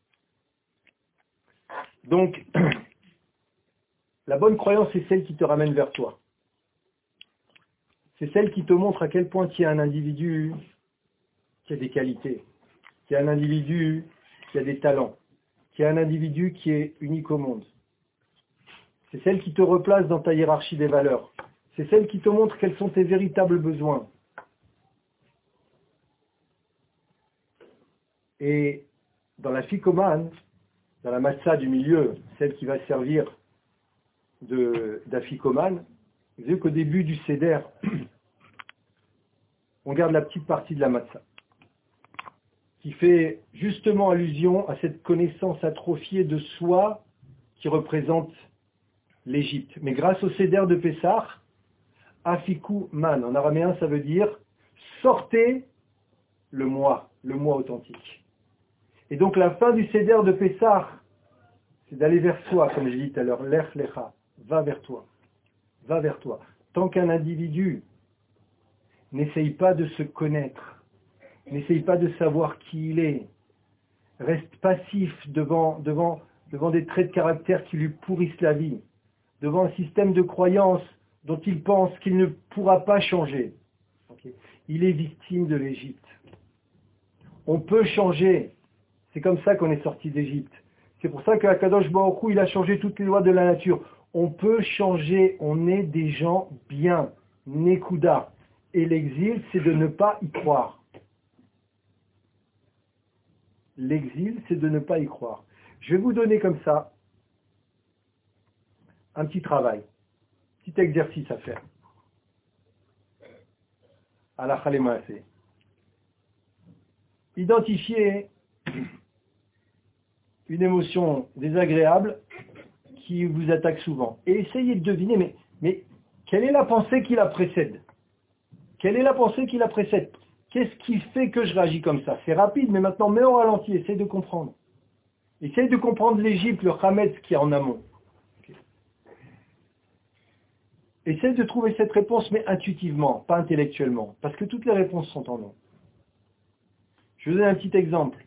Donc, la bonne croyance, c'est celle qui te ramène vers toi. C'est celle qui te montre à quel point tu es un individu qui a des qualités, qui est un individu qui a des talents, qui est un individu qui est unique au monde. C'est celle qui te replace dans ta hiérarchie des valeurs. C'est celle qui te montre quels sont tes véritables besoins. Et dans la ficomane, dans la matzah du milieu, celle qui va servir d'afficomane, vous savez qu'au début du seder, on garde la petite partie de la matzah, qui fait justement allusion à cette connaissance atrophiée de soi qui représente l'Égypte. Mais grâce au seder de Pessah, afiku man, en araméen ça veut dire sortez le moi authentique. Et donc la fin du seder de Pessah, c'est d'aller vers soi, comme je dis tout à l'heure, l'ech lecha, va vers toi, va vers toi. Tant qu'un individu n'essaye pas de se connaître, n'essaye pas de savoir qui il est, reste passif devant des traits de caractère qui lui pourrissent la vie, devant un système de croyance dont il pense qu'il ne pourra pas changer. Okay. Il est victime de l'Égypte. On peut changer. C'est comme ça qu'on est sorti d'Égypte. C'est pour ça que Akadosh Baruch Hu, il a changé toutes les lois de la nature. On peut changer. On est des gens bien. Nekuda. Et l'exil, c'est de ne pas y croire. L'exil, c'est de ne pas y croire. Je vais vous donner comme ça un petit travail, petit exercice à faire. À la Khalemaase. Identifiez une émotion désagréable qui vous attaque souvent. Et essayez de deviner, mais quelle est la pensée qui la précède? Quelle est la pensée qui la précède? Qu'est-ce qui fait que je réagis comme ça? C'est rapide, mais maintenant, mets au ralenti, essaye de comprendre. Essaye de comprendre l'Égypte, le Hametz qui est en amont. Okay. Essaye de trouver cette réponse, mais intuitivement, pas intellectuellement, parce que toutes les réponses sont en nous. Je vous donne un petit exemple.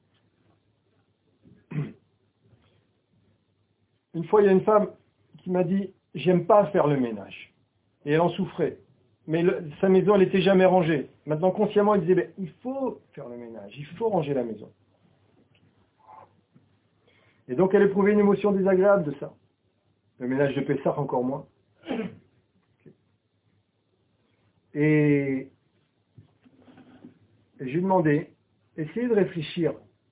Une fois, il y a une femme qui m'a dit « J'aime pas faire le ménage ». Et elle en souffrait. Mais sa maison, elle n'était jamais rangée. Maintenant, consciemment, elle disait « Il faut faire le ménage, il faut ranger la maison ». Et donc, elle éprouvait une émotion désagréable de ça. Le ménage de Pessah, encore moins. Et je lui ai demandé, essayez de réfléchir.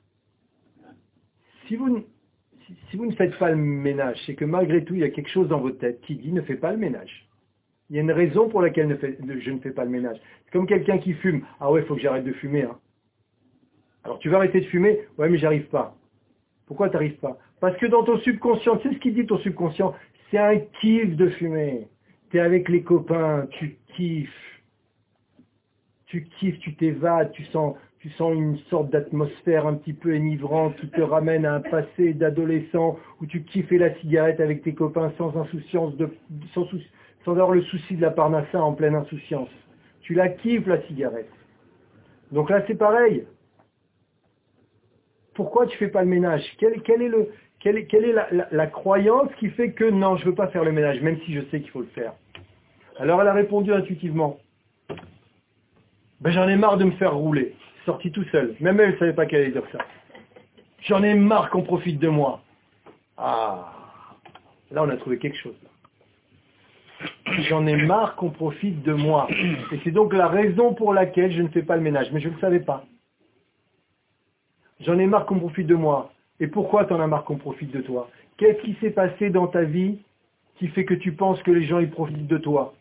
Si vous ne faites pas le ménage, c'est que malgré tout, il y a quelque chose dans votre tête qui dit ne fais pas le ménage. Il y a une raison pour laquelle je ne fais pas le ménage. C'est comme quelqu'un qui fume. Ah ouais, il faut que j'arrête de fumer. Hein. Alors tu vas arrêter de fumer? Ouais, mais j'arrive pas. Pourquoi tu n'arrives pas? Parce que dans ton subconscient, tu sais ce qu'il dit ton subconscient? C'est un kiff de fumer. Tu es avec les copains, tu kiffes. Tu kiffes, tu t'évades, tu sens une sorte d'atmosphère un petit peu enivrante qui te ramène à un passé d'adolescent où tu kiffais la cigarette avec tes copains sans insouciance, sans avoir le souci de la parnassa en pleine insouciance. Tu la kiffes la cigarette. Donc là c'est pareil. Pourquoi tu fais pas le ménage? Quelle est la croyance qui fait que non, je veux pas faire le ménage, même si je sais qu'il faut le faire? Alors elle a répondu intuitivement. J'en ai marre de me faire rouler. Sorti tout seul. Même elle ne savait pas qu'elle allait dire ça. J'en ai marre qu'on profite de moi. Ah, là on a trouvé quelque chose. J'en ai marre qu'on profite de moi. Et c'est donc la raison pour laquelle je ne fais pas le ménage. Mais je ne le savais pas. J'en ai marre qu'on profite de moi. Et pourquoi t'en as marre qu'on profite de toi? Qu'est-ce qui s'est passé dans ta vie qui fait que tu penses que les gens ils profitent de toi?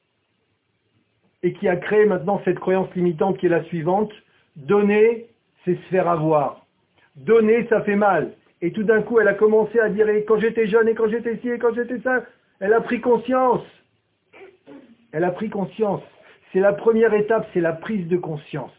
Et qui a créé maintenant cette croyance limitante qui est la suivante: donner, c'est se faire avoir. Donner, ça fait mal. Et tout d'un coup, elle a commencé à dire, et quand j'étais jeune, et quand j'étais ci, et quand j'étais ça, elle a pris conscience. Elle a pris conscience. C'est la première étape, c'est la prise de conscience.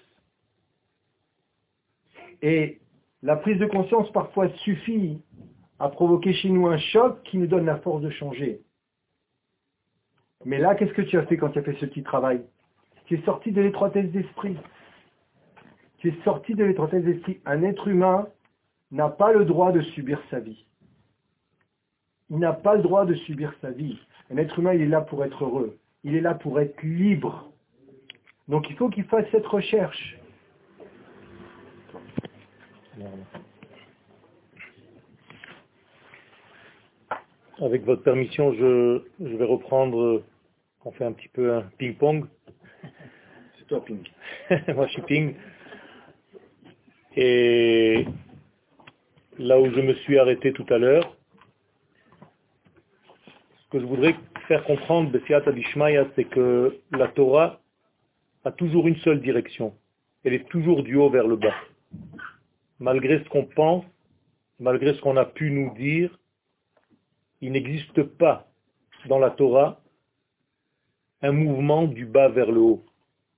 Et la prise de conscience parfois suffit à provoquer chez nous un choc qui nous donne la force de changer. Mais là, qu'est-ce que tu as fait quand tu as fait ce petit travail? Tu es sorti de l'étroitesse d'esprit. Tu es sorti de l'étroitesse d'esprit. Un être humain n'a pas le droit de subir sa vie. Il n'a pas le droit de subir sa vie. Un être humain, il est là pour être heureux. Il est là pour être libre. Donc il faut qu'il fasse cette recherche. Avec votre permission, je vais reprendre, on fait un petit peu un ping-pong. C'est toi, ping. Moi, je suis ping. Et là où je me suis arrêté tout à l'heure, ce que je voudrais faire comprendre, B'Siyata Bishmaya, c'est que la Torah a toujours une seule direction. Elle est toujours du haut vers le bas. Malgré ce qu'on pense, malgré ce qu'on a pu nous dire, il n'existe pas dans la Torah un mouvement du bas vers le haut.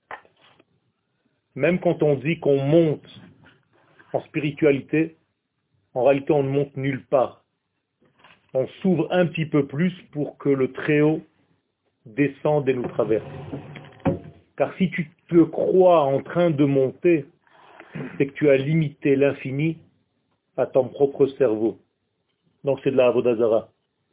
Même quand on dit qu'on monte en spiritualité, en réalité on ne monte nulle part. On s'ouvre un petit peu plus pour que le Très-Haut descende et nous traverse. Car si tu te crois en train de monter, c'est que tu as limité l'infini à ton propre cerveau. Donc c'est de la Avodah Zara.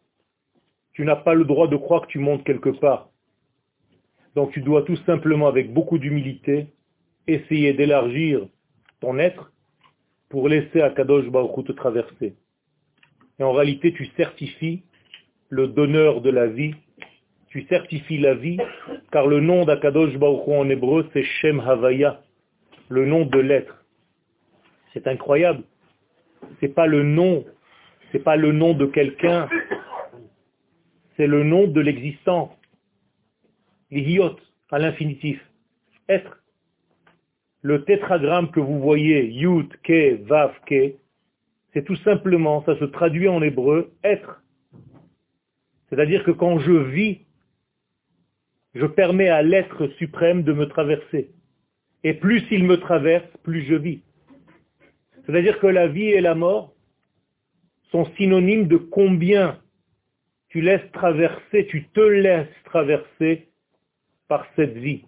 Tu n'as pas le droit de croire que tu montes quelque part. Donc tu dois tout simplement, avec beaucoup d'humilité, essayer d'élargir ton être pour laisser Akadosh Baruch Hu te traverser. Et en réalité, tu certifies le donneur de la vie, tu certifies la vie, car le nom d'Akadosh Baruch Hu en hébreu, c'est Shem Havaya, le nom de l'être. C'est incroyable. C'est pas le nom de quelqu'un, c'est le nom de l'existence. L'hiot, à l'infinitif. Être. Le tétragramme que vous voyez, Yud, Ke, Vav, Ke, c'est tout simplement, ça se traduit en hébreu, être. C'est-à-dire que quand je vis, je permets à l'être suprême de me traverser. Et plus il me traverse, plus je vis. C'est-à-dire que la vie et la mort sont synonymes de combien tu laisses traverser, tu te laisses traverser par cette vie,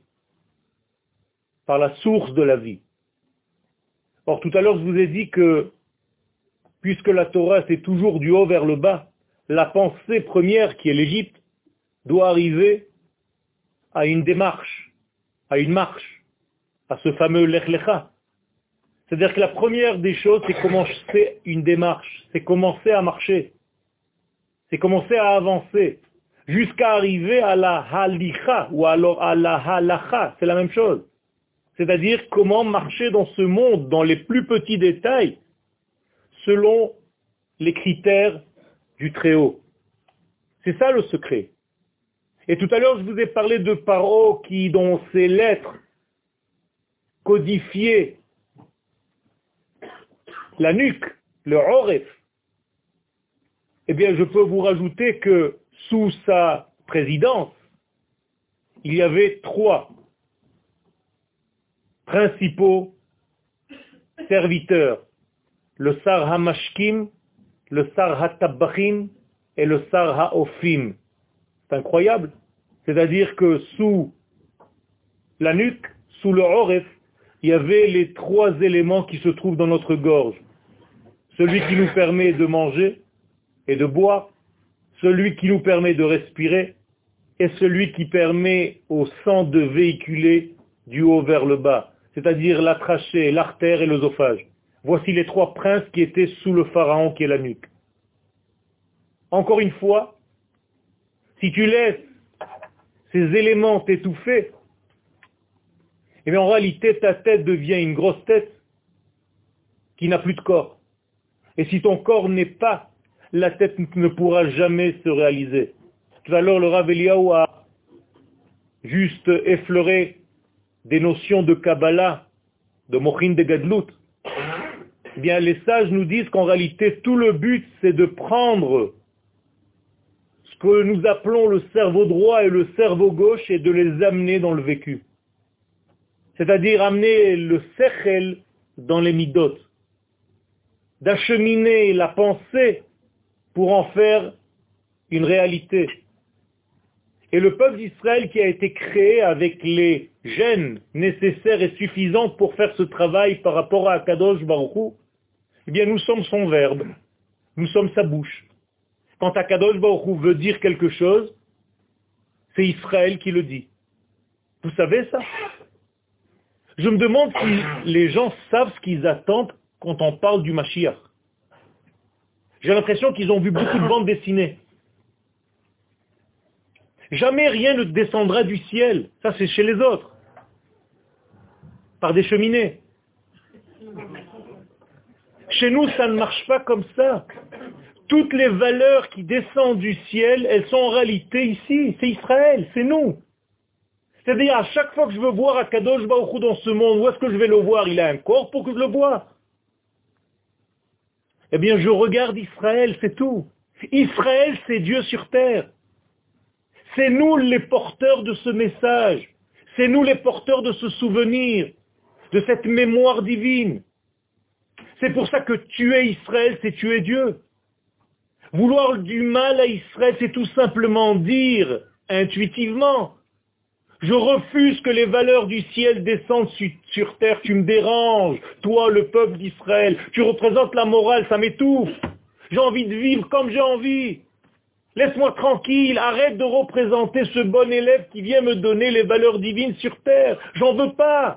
par la source de la vie. Or, tout à l'heure, je vous ai dit que, puisque la Torah, c'est toujours du haut vers le bas, la pensée première, qui est l'Égypte, doit arriver à une démarche, à une marche, à ce fameux Lech Lecha. C'est-à-dire que la première des choses, c'est commencer une démarche, c'est commencer à marcher, c'est commencer à avancer, jusqu'à arriver à la halicha, ou alors à la halacha, c'est la même chose. C'est-à-dire comment marcher dans ce monde, dans les plus petits détails, selon les critères du Très-Haut. C'est ça le secret. Et tout à l'heure, je vous ai parlé de Paro qui, dont ces lettres codifiées la nuque, le oref. Eh bien, je peux vous rajouter que sous sa présidence, il y avait 3 principaux serviteurs, le Sar HaMashkim, le Sar HaTabbachim et le Sar HaOfim. C'est incroyable. C'est-à-dire que sous la nuque, sous le oref, il y avait les 3 éléments qui se trouvent dans notre gorge. Celui qui nous permet de manger et de boire, celui qui nous permet de respirer, et celui qui permet au sang de véhiculer du haut vers le bas, c'est-à-dire la trachée, l'artère et l'œsophage. Voici les 3 princes qui étaient sous le pharaon qui est la nuque. Encore une fois, si tu laisses ces éléments t'étouffer, eh bien en réalité ta tête devient une grosse tête qui n'a plus de corps. Et si ton corps n'est pas, la tête ne pourra jamais se réaliser. Tout à l'heure, le Rav Eliyahu a juste effleuré des notions de Kabbalah, de Mochin de Gadlut. Eh bien, les sages nous disent qu'en réalité, tout le but, c'est de prendre ce que nous appelons le cerveau droit et le cerveau gauche et de les amener dans le vécu. C'est-à-dire amener le sechel dans les midot, d'acheminer la pensée pour en faire une réalité. Et le peuple d'Israël qui a été créé avec les gènes nécessaires et suffisants pour faire ce travail par rapport à Akadosh Baruch Hu, eh bien nous sommes son verbe, nous sommes sa bouche. Quand Akadosh Baruch Hu veut dire quelque chose, c'est Israël qui le dit. Vous savez ça? Je me demande si les gens savent ce qu'ils attendent quand on parle du Mashiach. J'ai l'impression qu'ils ont vu beaucoup de bandes dessinées. Jamais rien ne descendra du ciel. Ça, c'est chez les autres. Par des cheminées. Chez nous, ça ne marche pas comme ça. Toutes les valeurs qui descendent du ciel, elles sont en réalité ici. C'est Israël, c'est nous. C'est-à-dire, à chaque fois que je veux voir Akadosh Baruch Hu dans ce monde, où est-ce que je vais le voir? Il a un corps pour que je le voie. Eh bien, je regarde Israël, c'est tout. Israël, c'est Dieu sur terre. C'est nous les porteurs de ce message. C'est nous les porteurs de ce souvenir, de cette mémoire divine. C'est pour ça que tuer Israël, c'est tuer Dieu. Vouloir du mal à Israël, c'est tout simplement dire, intuitivement, je refuse que les valeurs du ciel descendent sur terre, tu me déranges, toi le peuple d'Israël, tu représentes la morale, ça m'étouffe. J'ai envie de vivre comme j'ai envie. Laisse-moi tranquille, arrête de représenter ce bon élève qui vient me donner les valeurs divines sur terre. J'en veux pas.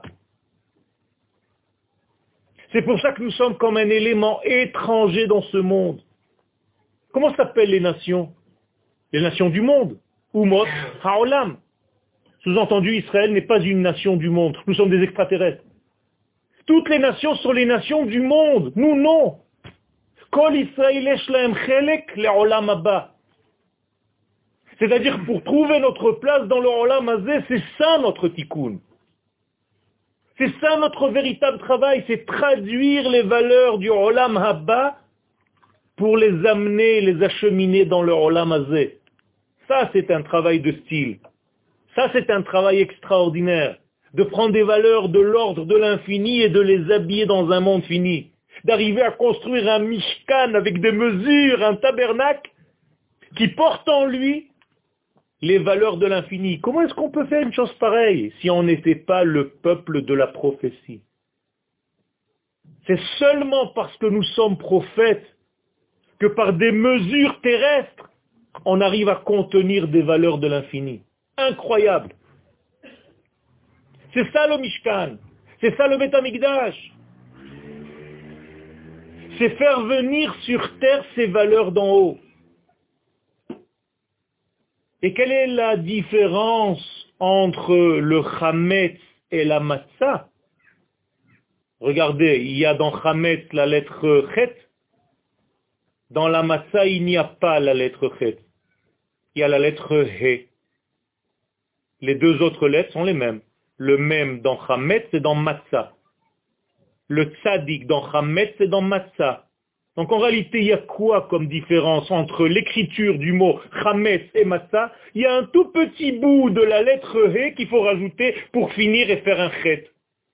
C'est pour ça que nous sommes comme un élément étranger dans ce monde. Comment s'appellent les nations? Les nations du monde. Umot ha'olam. Sous-entendu, Israël n'est pas une nation du monde. Nous sommes des extraterrestres. Toutes les nations sont les nations du monde. Nous, non. Kol Israël yesh lahem chelek le'olam haba. C'est-à-dire, pour trouver notre place dans le Olam Hazé, c'est ça notre tikkun. C'est ça notre véritable travail, c'est traduire les valeurs du Olam Haba pour les amener, les acheminer dans le Olam Hazé. Ça, c'est un travail de style. Ça, c'est un travail extraordinaire. De prendre des valeurs de l'ordre de l'infini et de les habiller dans un monde fini. D'arriver à construire un mishkan avec des mesures, un tabernacle qui porte en lui les valeurs de l'infini. Comment est-ce qu'on peut faire une chose pareille si on n'était pas le peuple de la prophétie? C'est seulement parce que nous sommes prophètes que par des mesures terrestres, on arrive à contenir des valeurs de l'infini. Incroyable. C'est ça le Mishkan. C'est ça le Beth Amikdash. C'est faire venir sur terre ces valeurs d'en haut. Et quelle est la différence entre le Chametz et la Matzah? Regardez, il y a dans Chametz la lettre Chet. Dans la Matzah, il n'y a pas la lettre Chet. Il y a la lettre He. Les deux autres lettres sont les mêmes. Le même dans Chametz et dans Matzah. Le Tzadik dans Chametz et dans Matzah. Donc en réalité, il y a quoi comme différence entre l'écriture du mot Chametz et Matzah? Il y a un tout petit bout de la lettre He qu'il faut rajouter pour finir et faire un Chet.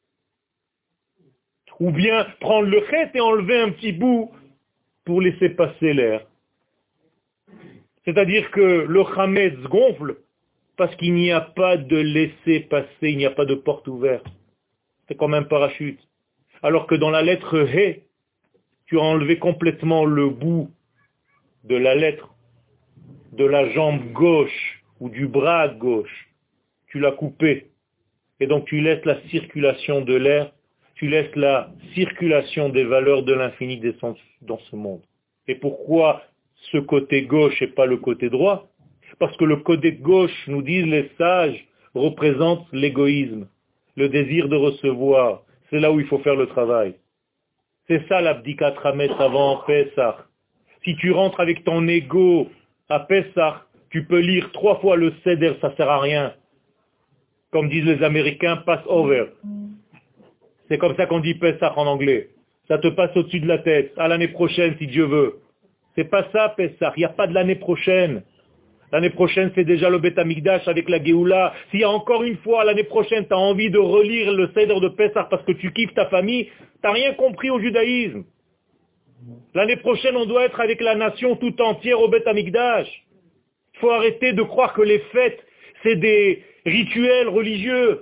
Ou bien prendre le Chet et enlever un petit bout pour laisser passer l'air. C'est-à-dire que le Chametz gonfle parce qu'il n'y a pas de laisser passer, il n'y a pas de porte ouverte. C'est comme un parachute. Alors que dans la lettre He, tu as enlevé complètement le bout de la lettre, de la jambe gauche ou du bras gauche. Tu l'as coupé. Et donc tu laisses la circulation de l'air, tu laisses la circulation des valeurs de l'infini descendre dans ce monde. Et pourquoi ce côté gauche et pas le côté droit? Parce que le côté gauche, nous disent les sages, représente l'égoïsme, le désir de recevoir. C'est là où il faut faire le travail. C'est ça l'abdikat Hametz avant Pessah. Si tu rentres avec ton ego à Pessah, tu peux lire 3 fois le Seder, ça sert à rien. Comme disent les Américains, pass over. C'est comme ça qu'on dit Pessah en anglais. Ça te passe au-dessus de la tête. À l'année prochaine, si Dieu veut. C'est pas ça, Pessah. Il n'y a pas de l'année prochaine. L'année prochaine, c'est déjà le Beth Amikdash avec la Géoula. S'il y a encore une fois, l'année prochaine, tu as envie de relire le Seder de Pessah parce que tu kiffes ta famille, tu n'as rien compris au judaïsme. L'année prochaine, on doit être avec la nation tout entière au Beth Amikdash. Il faut arrêter de croire que les fêtes, c'est des rituels religieux.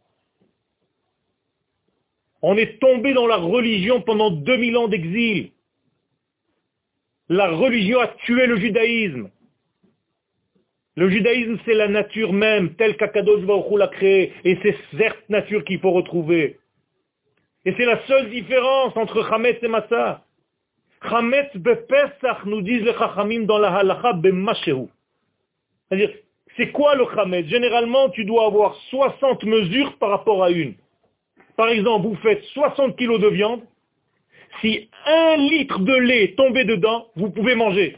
On est tombé dans la religion pendant 2000 ans d'exil. La religion a tué le judaïsme. Le judaïsme, c'est la nature même, telle qu'Akadosh Baruch Hu l'a créée. Et c'est cette nature qu'il faut retrouver. Et c'est la seule différence entre Chametz et Matzah. Chametz bepesach, nous disent les Chachamim dans la halacha, b'mashehu. C'est-à-dire, c'est quoi le Chametz? Généralement, tu dois avoir 60 mesures par rapport à une. Par exemple, vous faites 60 kilos de viande. Si 1 litre de lait est tombé dedans, vous pouvez manger.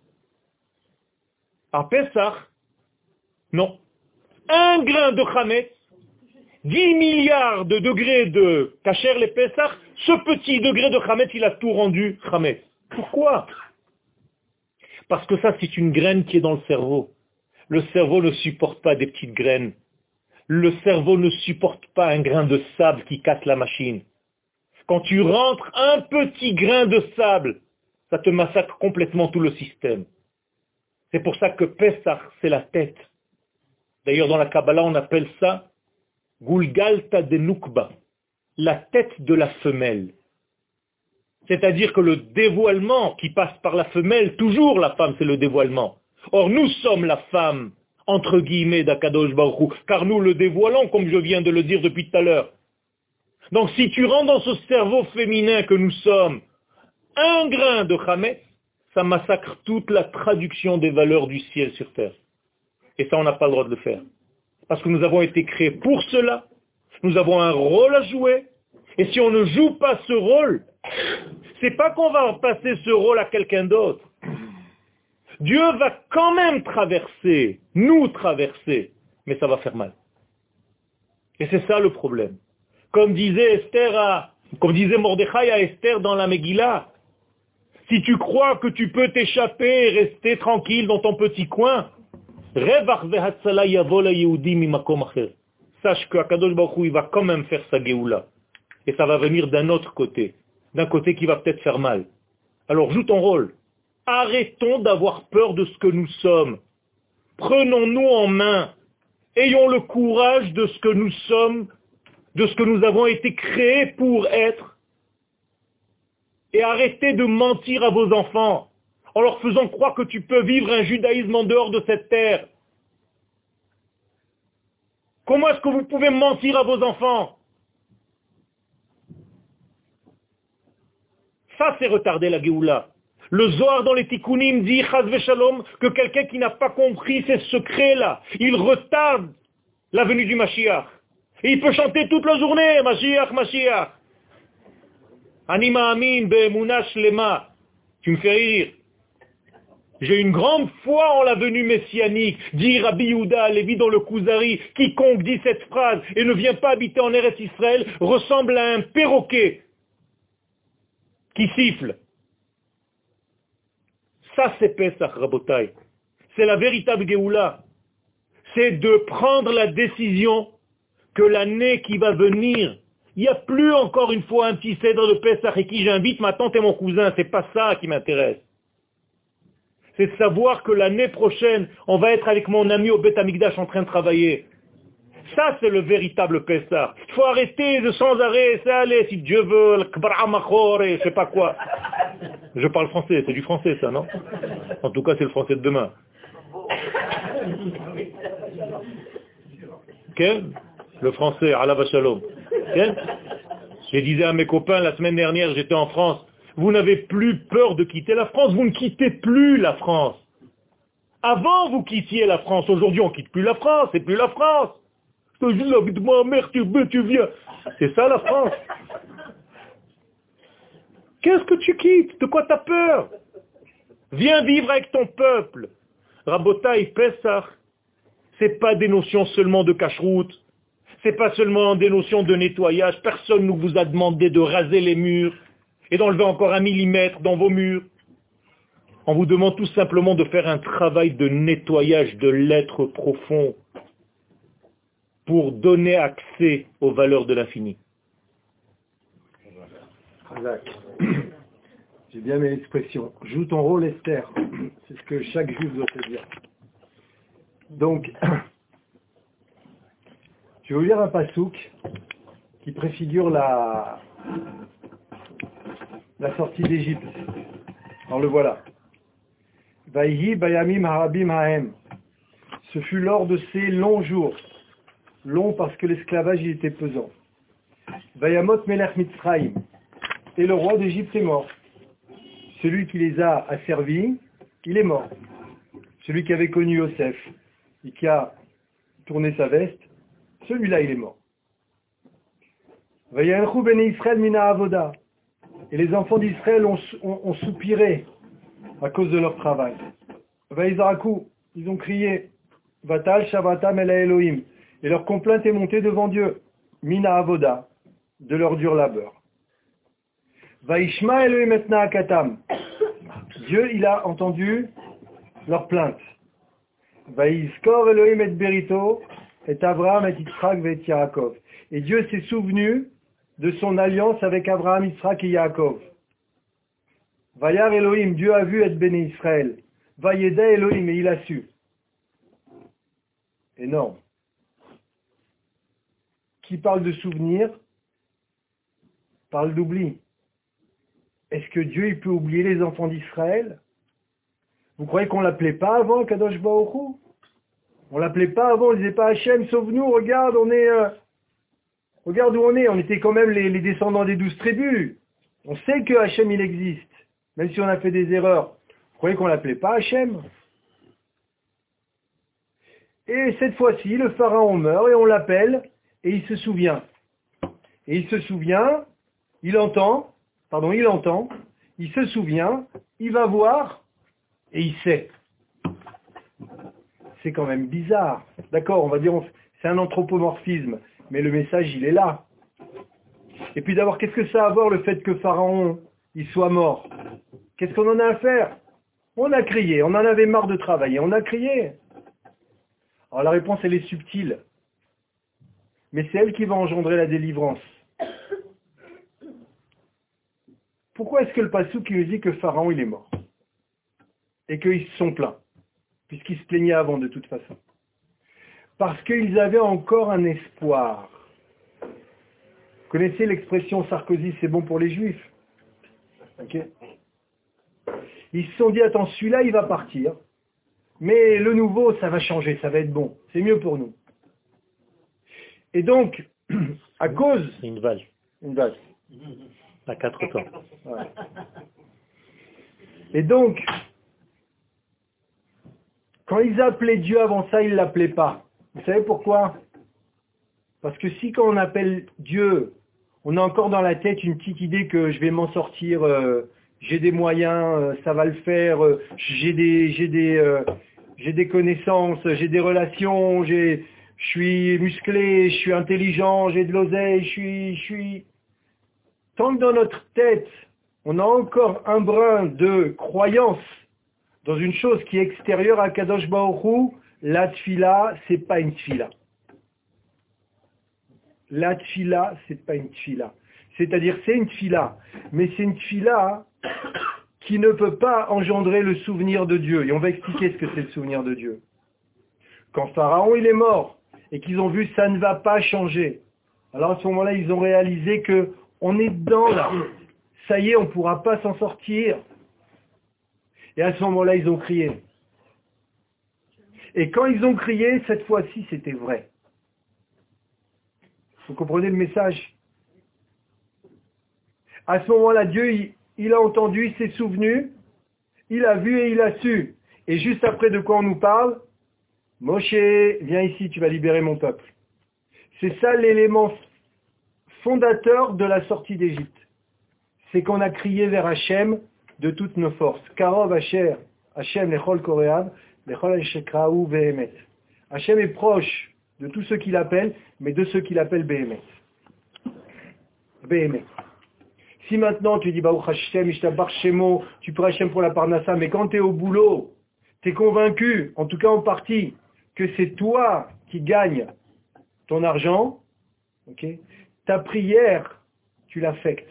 À Pessah, non. 1 grain de Chametz, 10 milliards de degrés de Kacher les Pessah, ce petit degré de Chametz, il a tout rendu Chametz. Pourquoi? Parce que ça, c'est une graine qui est dans le cerveau. Le cerveau ne supporte pas des petites graines. Le cerveau ne supporte pas un grain de sable qui casse la machine. Quand tu rentres un petit grain de sable, ça te massacre complètement tout le système. C'est pour ça que Pessah, c'est la tête. D'ailleurs, dans la Kabbalah, on appelle ça Gulgalta de Nukba, la tête de la femelle. C'est-à-dire que le dévoilement qui passe par la femelle, toujours la femme, c'est le dévoilement. Or, nous sommes la femme, entre guillemets, d'Akadosh Baruch Hu, car nous le dévoilons, comme je viens de le dire depuis tout à l'heure. Donc, si tu rentres dans ce cerveau féminin que nous sommes, 1 grain de Chametz, ça massacre toute la traduction des valeurs du ciel sur terre. Et ça, on n'a pas le droit de le faire. Parce que nous avons été créés pour cela. Nous avons un rôle à jouer. Et si on ne joue pas ce rôle, c'est pas qu'on va passer ce rôle à quelqu'un d'autre. Dieu va quand même traverser, nous traverser, mais ça va faire mal. Et c'est ça le problème. Comme disait Mordechai à Esther dans la Megillah, si tu crois que tu peux t'échapper et rester tranquille dans ton petit coin, sache que Akadosh Baruch Hu, il va quand même faire sa Géoula. Et ça va venir d'un autre côté. D'un côté qui va peut-être faire mal. Alors joue ton rôle. Arrêtons d'avoir peur de ce que nous sommes. Prenons-nous en main. Ayons le courage de ce que nous sommes, de ce que nous avons été créés pour être. Et arrêtez de mentir à vos enfants en leur faisant croire que tu peux vivre un judaïsme en dehors de cette terre. Comment est-ce que vous pouvez mentir à vos enfants? Ça, c'est retarder la Géoula. Le Zohar dans les Tikkunim dit, Chaz v'Shalom, que quelqu'un qui n'a pas compris ces secrets-là, il retarde la venue du Mashiach. Et il peut chanter toute la journée, Mashiach, Mashiach. Ani ma'amin be'emuna shlema. Tu me fais rire. J'ai une grande foi en la venue messianique, dit Rabbi Yehuda Lévi dans le Kuzari. Quiconque dit cette phrase et ne vient pas habiter en Eretz Israël ressemble à un perroquet qui siffle. Ça, c'est Pesach, Rabotai. C'est la véritable Géoula. C'est de prendre la décision que l'année qui va venir, il n'y a plus encore une fois un petit cèdre de Pesach et qui j'invite ma tante et mon cousin. C'est pas ça qui m'intéresse. C'est de savoir que l'année prochaine, on va être avec mon ami au Beth Amikdash en train de travailler. Ça, c'est le véritable Pessah. Il faut arrêter de sans arrêt, ça allait, si Dieu veut, le Kbara Machor et je sais pas quoi. Je parle français, c'est du français ça, non? En tout cas, c'est le français de demain. Ok? Le français, Allah Shalom. Okay? Je disais à mes copains la semaine dernière, j'étais en France, vous n'avez plus peur de quitter la France, vous ne quittez plus la France. Avant, vous quittiez la France, aujourd'hui, on quitte plus la France, c'est plus la France. Je te dis, de ma mère, tu viens. C'est ça la France. Qu'est-ce que tu quittes? De quoi tu as peur? Viens vivre avec ton peuple. Rabotai, Pessah, c'est pas des notions seulement de cache-route, c'est pas seulement des notions de nettoyage. Personne ne vous a demandé de raser les murs et d'enlever encore 1 millimètre dans vos murs. On vous demande tout simplement de faire un travail de nettoyage de l'être profond pour donner accès aux valeurs de l'infini. J'ai bien aimé l'expression. Joue ton rôle, Esther. C'est ce que chaque juif doit se dire. Donc, je vais vous lire un passouk qui préfigure la sortie d'Égypte. Alors le voilà. Vaihi bayamim harabim haem. Ce fut lors de ces longs jours. Long parce que l'esclavage y était pesant. Vayamot melech Mitzrayim. Et le roi d'Égypte est mort. Celui qui les a asservis, il est mort. Celui qui avait connu Yosef et qui a tourné sa veste, celui-là il est mort. Vayalchu bnei Israël mina avoda. Et les enfants d'Israël ont soupiré à cause de leur travail. Vaïzaraku, ils ont crié, Vatal Shavata Mela Elohim. Et leur complainte est montée devant Dieu, Mina Avoda, de leur dur labeur. Vaishma Elohim etna akatam. Dieu, il a entendu leur plainte. Vaïskor Elohim et Berito, et Abraham et Yitzhak et Yaakov. Et Dieu s'est souvenu de son alliance avec Abraham, Yitzhak et Yaakov. Vayar Elohim, Dieu a vu être béni Israël. Vayeda Elohim, et il a su. Énorme. Qui parle de souvenir, parle d'oubli. Est-ce que Dieu il peut oublier les enfants d'Israël? Vous croyez qu'on ne l'appelait pas avant, Kadosh Baruch Hu? On ne l'appelait pas avant, on ne disait pas Hachem, sauve-nous, regarde, regarde où on était quand même les descendants des 12 tribus. On sait que Hachem il existe, même si on a fait des erreurs. Vous croyez qu'on ne l'appelait pas Hachem? Et cette fois-ci, le pharaon meurt et on l'appelle et il se souvient. Et il se souvient, il entend, il se souvient, il va voir et il sait. C'est quand même bizarre. D'accord, on va dire, c'est un anthropomorphisme, mais le message, il est là. Et puis d'abord, qu'est-ce que ça a à voir le fait que Pharaon, il soit mort? Qu'est-ce qu'on en a à faire? On a crié, on en avait marre de travailler, on a crié. Alors la réponse, elle est subtile. Mais c'est elle qui va engendrer la délivrance. Pourquoi est-ce que le passouk nous dit que Pharaon, il est mort? Et qu'ils se sont plaints, puisqu'ils se plaignaient avant de toute façon. Parce qu'ils avaient encore un espoir. Vous connaissez l'expression Sarkozy, c'est bon pour les Juifs? Ok. Ils se sont dit, attends, celui-là, il va partir. Mais le nouveau, ça va changer, ça va être bon. C'est mieux pour nous. Et donc, à cause... C'est une vache. Une vache. À 4 temps. Ouais. Et donc, quand ils appelaient Dieu avant ça, ils ne l'appelaient pas. Vous savez pourquoi? Parce que si quand on appelle Dieu, on a encore dans la tête une petite idée que je vais m'en sortir, j'ai des moyens, ça va le faire, j'ai des connaissances, j'ai des relations, je suis musclé, je suis intelligent, j'ai de l'oseille, je suis... Tant que dans notre tête, on a encore un brin de croyance dans une chose qui est extérieure à Kadosh Baruch Hu, la tfila, c'est pas une tfila. La tfila, c'est pas une tfila. C'est-à-dire, c'est une tfila, mais c'est une tfila qui ne peut pas engendrer le souvenir de Dieu. Et on va expliquer ce que c'est le souvenir de Dieu. Quand Pharaon, il est mort, et qu'ils ont vu ça ne va pas changer, alors à ce moment-là, ils ont réalisé que on est dedans là. Ça y est, on ne pourra pas s'en sortir. Et à ce moment-là, ils ont crié. Et quand ils ont crié, cette fois-ci, c'était vrai. Vous comprenez le message? À ce moment-là, Dieu, il a entendu, il s'est souvenu, il a vu et il a su. Et juste après, de quoi on nous parle? Moshe, viens ici, tu vas libérer mon peuple. C'est ça l'élément fondateur de la sortie d'Égypte. C'est qu'on a crié vers Hachem de toutes nos forces. Karov Asher, Hachem lechol koreav, lechol shekraou behemet. Hachem est proche de tous ceux qui l'appellent, mais de ceux qui l'appellent behemet. Behemet. Si maintenant tu dis Baruch Hashem, Ishtabach Shemo, tu pries Hashem pour la Parnassa, mais quand tu es au boulot, tu es convaincu, en tout cas en partie, que c'est toi qui gagnes ton argent, okay, ta prière, tu l'affectes.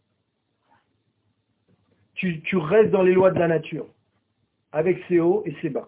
Tu restes dans les lois de la nature, avec ses hauts et ses bas.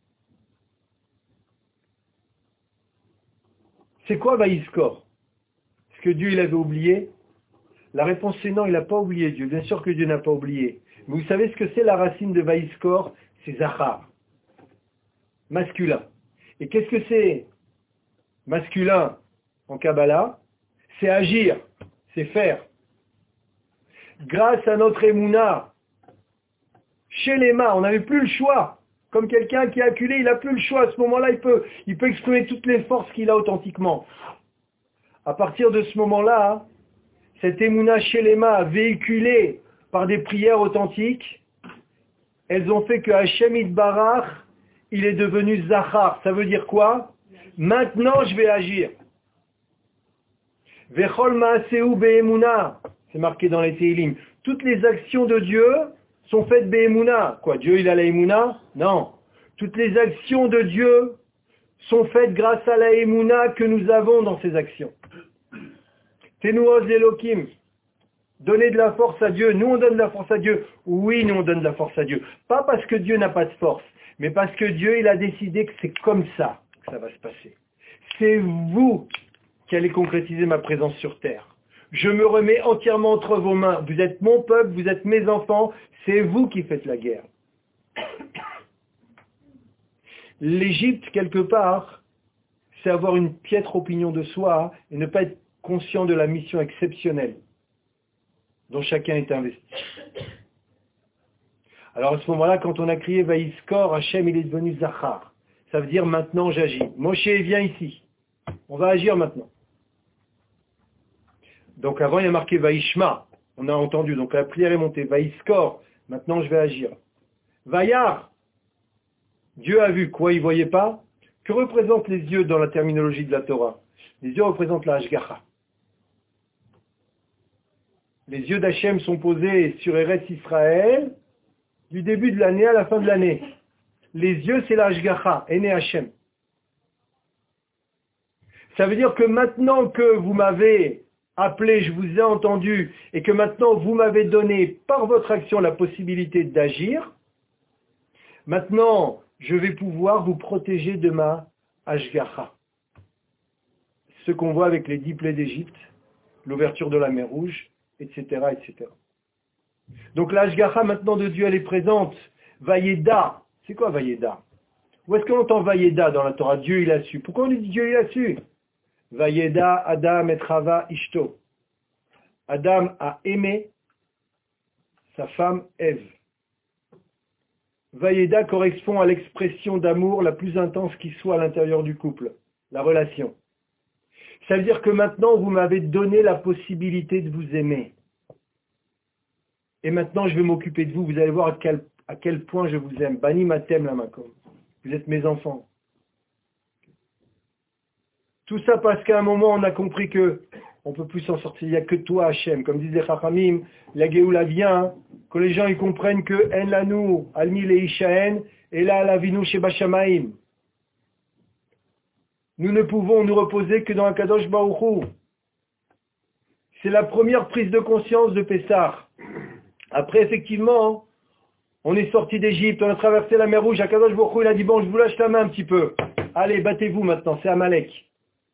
C'est quoi Vaïskor? Est-ce que Dieu il avait oublié? La réponse c'est non, il n'a pas oublié Dieu. Bien sûr que Dieu n'a pas oublié. Mais vous savez ce que c'est la racine de Vaïskor? C'est Zachar, masculin. Et qu'est-ce que c'est masculin en Kabbalah? C'est agir, c'est faire. Grâce à notre Emouna, chez les mains, on n'avait plus le choix. Comme quelqu'un qui est acculé, il n'a plus le choix. À ce moment-là, il peut exprimer toutes les forces qu'il a authentiquement. À partir de ce moment-là, cette Emouna chez les mains, véhiculée par des prières authentiques, elles ont fait que Hashem Yitbarach, il est devenu Zachar. Ça veut dire quoi? Maintenant, je vais agir. Vechol Maaseu Be'emuna, c'est marqué dans les Tehillim. Toutes les actions de Dieu sont faites Be'emuna. Quoi, Dieu il a la Emuna? Non. Toutes les actions de Dieu sont faites grâce à la Emuna que nous avons dans ces actions. Tenuoz Elohim. Donner de la force à Dieu. Nous on donne de la force à Dieu. Oui, nous on donne de la force à Dieu. Pas parce que Dieu n'a pas de force, mais parce que Dieu il a décidé que c'est comme ça que ça va se passer. C'est vous qui allez concrétiser ma présence sur terre. Je me remets entièrement entre vos mains. Vous êtes mon peuple, vous êtes mes enfants, c'est vous qui faites la guerre. L'Égypte, quelque part, c'est avoir une piètre opinion de soi et ne pas être conscient de la mission exceptionnelle dont chacun est investi. Alors à ce moment-là, quand on a crié Vaïskor, Hachem il est devenu Zachar. Ça veut dire maintenant j'agis. Moshe viens ici. On va agir maintenant. Donc avant il y a marqué Vaïshma. On a entendu, donc la prière est montée. Vaïskor, maintenant je vais agir. Vaïar, Dieu a vu. Quoi, il ne voyait pas? Que représentent les yeux dans la terminologie de la Torah? Les yeux représentent la Hashgacha. Les yeux d'Hachem sont posés sur Eretz Israël du début de l'année à la fin de l'année. Les yeux, c'est la Hashgacha, Ene Hachem. Ça veut dire que maintenant que vous m'avez appelé, je vous ai entendu, et que maintenant vous m'avez donné par votre action la possibilité d'agir, maintenant je vais pouvoir vous protéger de ma Hashgacha. Ce qu'on voit avec les 10 plaies d'Égypte, l'ouverture de la mer Rouge, etc., etc. Donc la Hashgacha maintenant de Dieu, elle est présente. Vayeda, c'est quoi Vayeda? Où est-ce qu'on entend Vayeda dans la Torah? Dieu il a su. Pourquoi on dit Dieu il a su? Vayeda Adam et Chava Ishto. Adam a aimé sa femme Ève. Vayeda correspond à l'expression d'amour la plus intense qui soit à l'intérieur du couple, la relation. Ça veut dire que maintenant vous m'avez donné la possibilité de vous aimer. Et maintenant je vais m'occuper de vous. Vous allez voir à quel point je vous aime. Bani matem la makom. Vous êtes mes enfants. Tout ça parce qu'à un moment on a compris que on ne peut plus s'en sortir. Il n'y a que toi Hachem. Comme disent les Chachamim, la Géoula vient, que les gens ils comprennent que En lanu almi leishaen et là la vinu sheba shamaim. Nous ne pouvons nous reposer que dans Akadosh Baruch Hu. C'est la première prise de conscience de Pessah. Après, effectivement, on est sorti d'Égypte, on a traversé la mer Rouge, Akadosh Baruch Hu, il a dit, bon, je vous lâche la main un petit peu. Allez, battez-vous maintenant, c'est Amalek.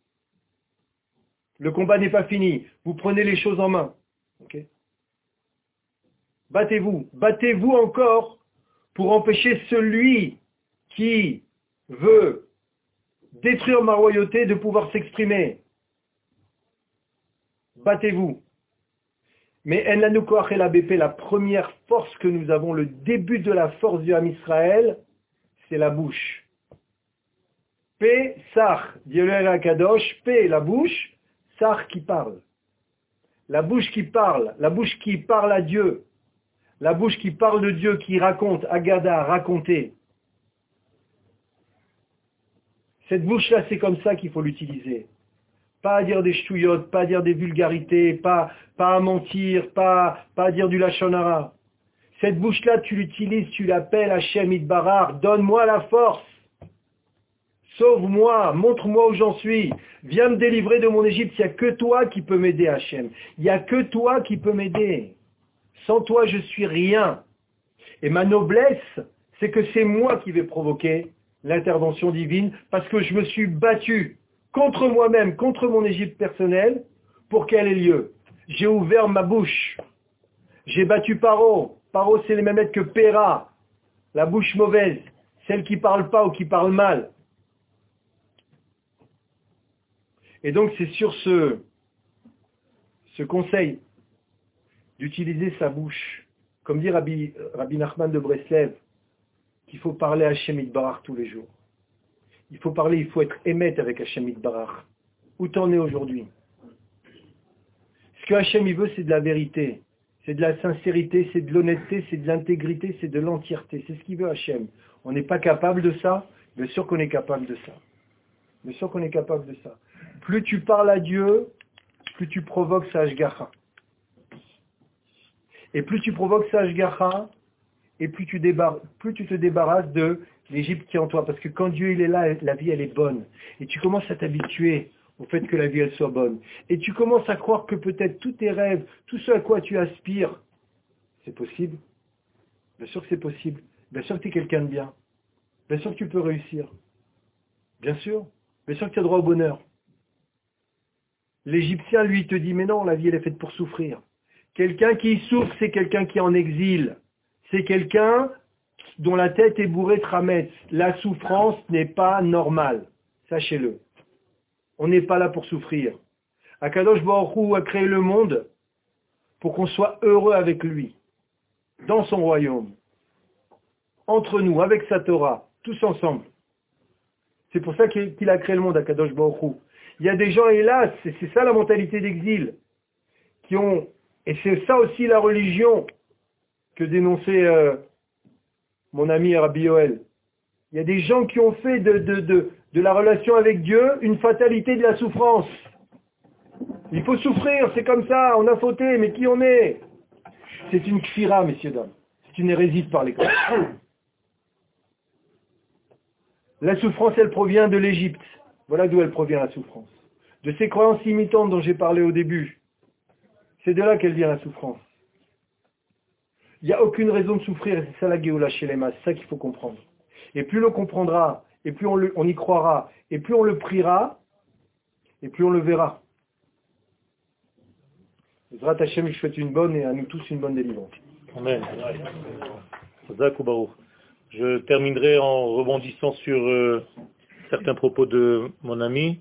Le combat n'est pas fini. Vous prenez les choses en main. Okay? Battez-vous. Battez-vous encore pour empêcher celui qui veut détruire ma royauté de pouvoir s'exprimer. Battez-vous. Mais En lanu koach el BP, la première force que nous avons, le début de la force du Ham Israël, c'est la bouche. P, Sar, Dieu le Kadosh, P, la bouche, Sar qui parle. La bouche qui parle à Dieu. La bouche qui parle de Dieu, qui raconte, Agada, raconter. Cette bouche-là, c'est comme ça qu'il faut l'utiliser. pas à dire des ch'touillottes, pas à dire des vulgarités, pas à mentir, pas à dire du lachon hara. Cette bouche-là, tu l'utilises, tu l'appelles Hachem Itbarach, donne-moi la force. Sauve-moi, montre-moi où j'en suis. Viens me délivrer de mon Égypte. Il n'y a que toi qui peux m'aider, Hachem. Il n'y a que toi qui peux m'aider. Sans toi, je suis rien. Et ma noblesse, c'est que c'est moi qui vais provoquer l'intervention divine parce que je me suis battu contre moi-même, contre mon Égypte personnelle pour qu'elle ait lieu. J'ai ouvert ma bouche. J'ai battu Paro. Paro, c'est les mêmes lettres que Péra, la bouche mauvaise, celle qui parle pas ou qui parle mal. Et donc c'est sur ce conseil d'utiliser sa bouche, comme dit Rabbi Nachman de Breslev, qu'il faut parler à Hachem Itbarach tous les jours. Il faut parler, il faut être émette avec Hachem Itbarach. Où t'en es aujourd'hui? Ce que Hachem il veut, c'est de la vérité, c'est de la sincérité, c'est de l'honnêteté, c'est de l'intégrité, c'est de l'entièreté. C'est ce qu'il veut Hachem. On n'est pas capable de ça, bien sûr qu'on est capable de ça. Bien sûr qu'on est capable de ça. Plus tu parles à Dieu, plus tu provoques sa Hashgacha. Et plus tu provoques sa Hashgacha, et plus tu te débarrasses de l'Égypte qui est en toi. Parce que quand Dieu il est là, la vie elle est bonne. Et tu commences à t'habituer au fait que la vie elle soit bonne. Et tu commences à croire que peut-être tous tes rêves, tout ce à quoi tu aspires, c'est possible. Bien sûr que c'est possible. Bien sûr que tu es quelqu'un de bien. Bien sûr que tu peux réussir. Bien sûr. Bien sûr que tu as droit au bonheur. L'Égyptien, lui, te dit, mais non, la vie, elle est faite pour souffrir. Quelqu'un qui souffre, c'est quelqu'un qui est en exil. C'est quelqu'un dont la tête est bourrée de rametz. La souffrance n'est pas normale. Sachez-le. On n'est pas là pour souffrir. Akadosh Baruch Hu a créé le monde pour qu'on soit heureux avec lui, dans son royaume, entre nous, avec sa Torah, tous ensemble. C'est pour ça qu'il a créé le monde, Akadosh Baruch Hu. Il y a des gens, hélas, c'est ça la mentalité d'exil, et c'est ça aussi la religion que dénonçait mon ami Rabbi Yoel. Il y a des gens qui ont fait de la relation avec Dieu une fatalité de la souffrance. Il faut souffrir, c'est comme ça, on a fauté, mais qui on est? C'est une kfira, messieurs, dames. C'est une hérésie de parler comme ça. La souffrance, elle provient de l'Égypte. Voilà d'où elle provient, la souffrance. De ces croyances imitantes dont j'ai parlé au début. C'est de là qu'elle vient, la souffrance. Il n'y a aucune raison de souffrir, et c'est ça la Géoula Shelema, c'est ça qu'il faut comprendre. Et plus on le comprendra, et plus on y croira, et plus on le priera, et plus on le verra. Zrat Hashem, je souhaite une bonne, et à nous tous une bonne délivrance. Amen. Je terminerai en rebondissant sur certains propos de mon ami.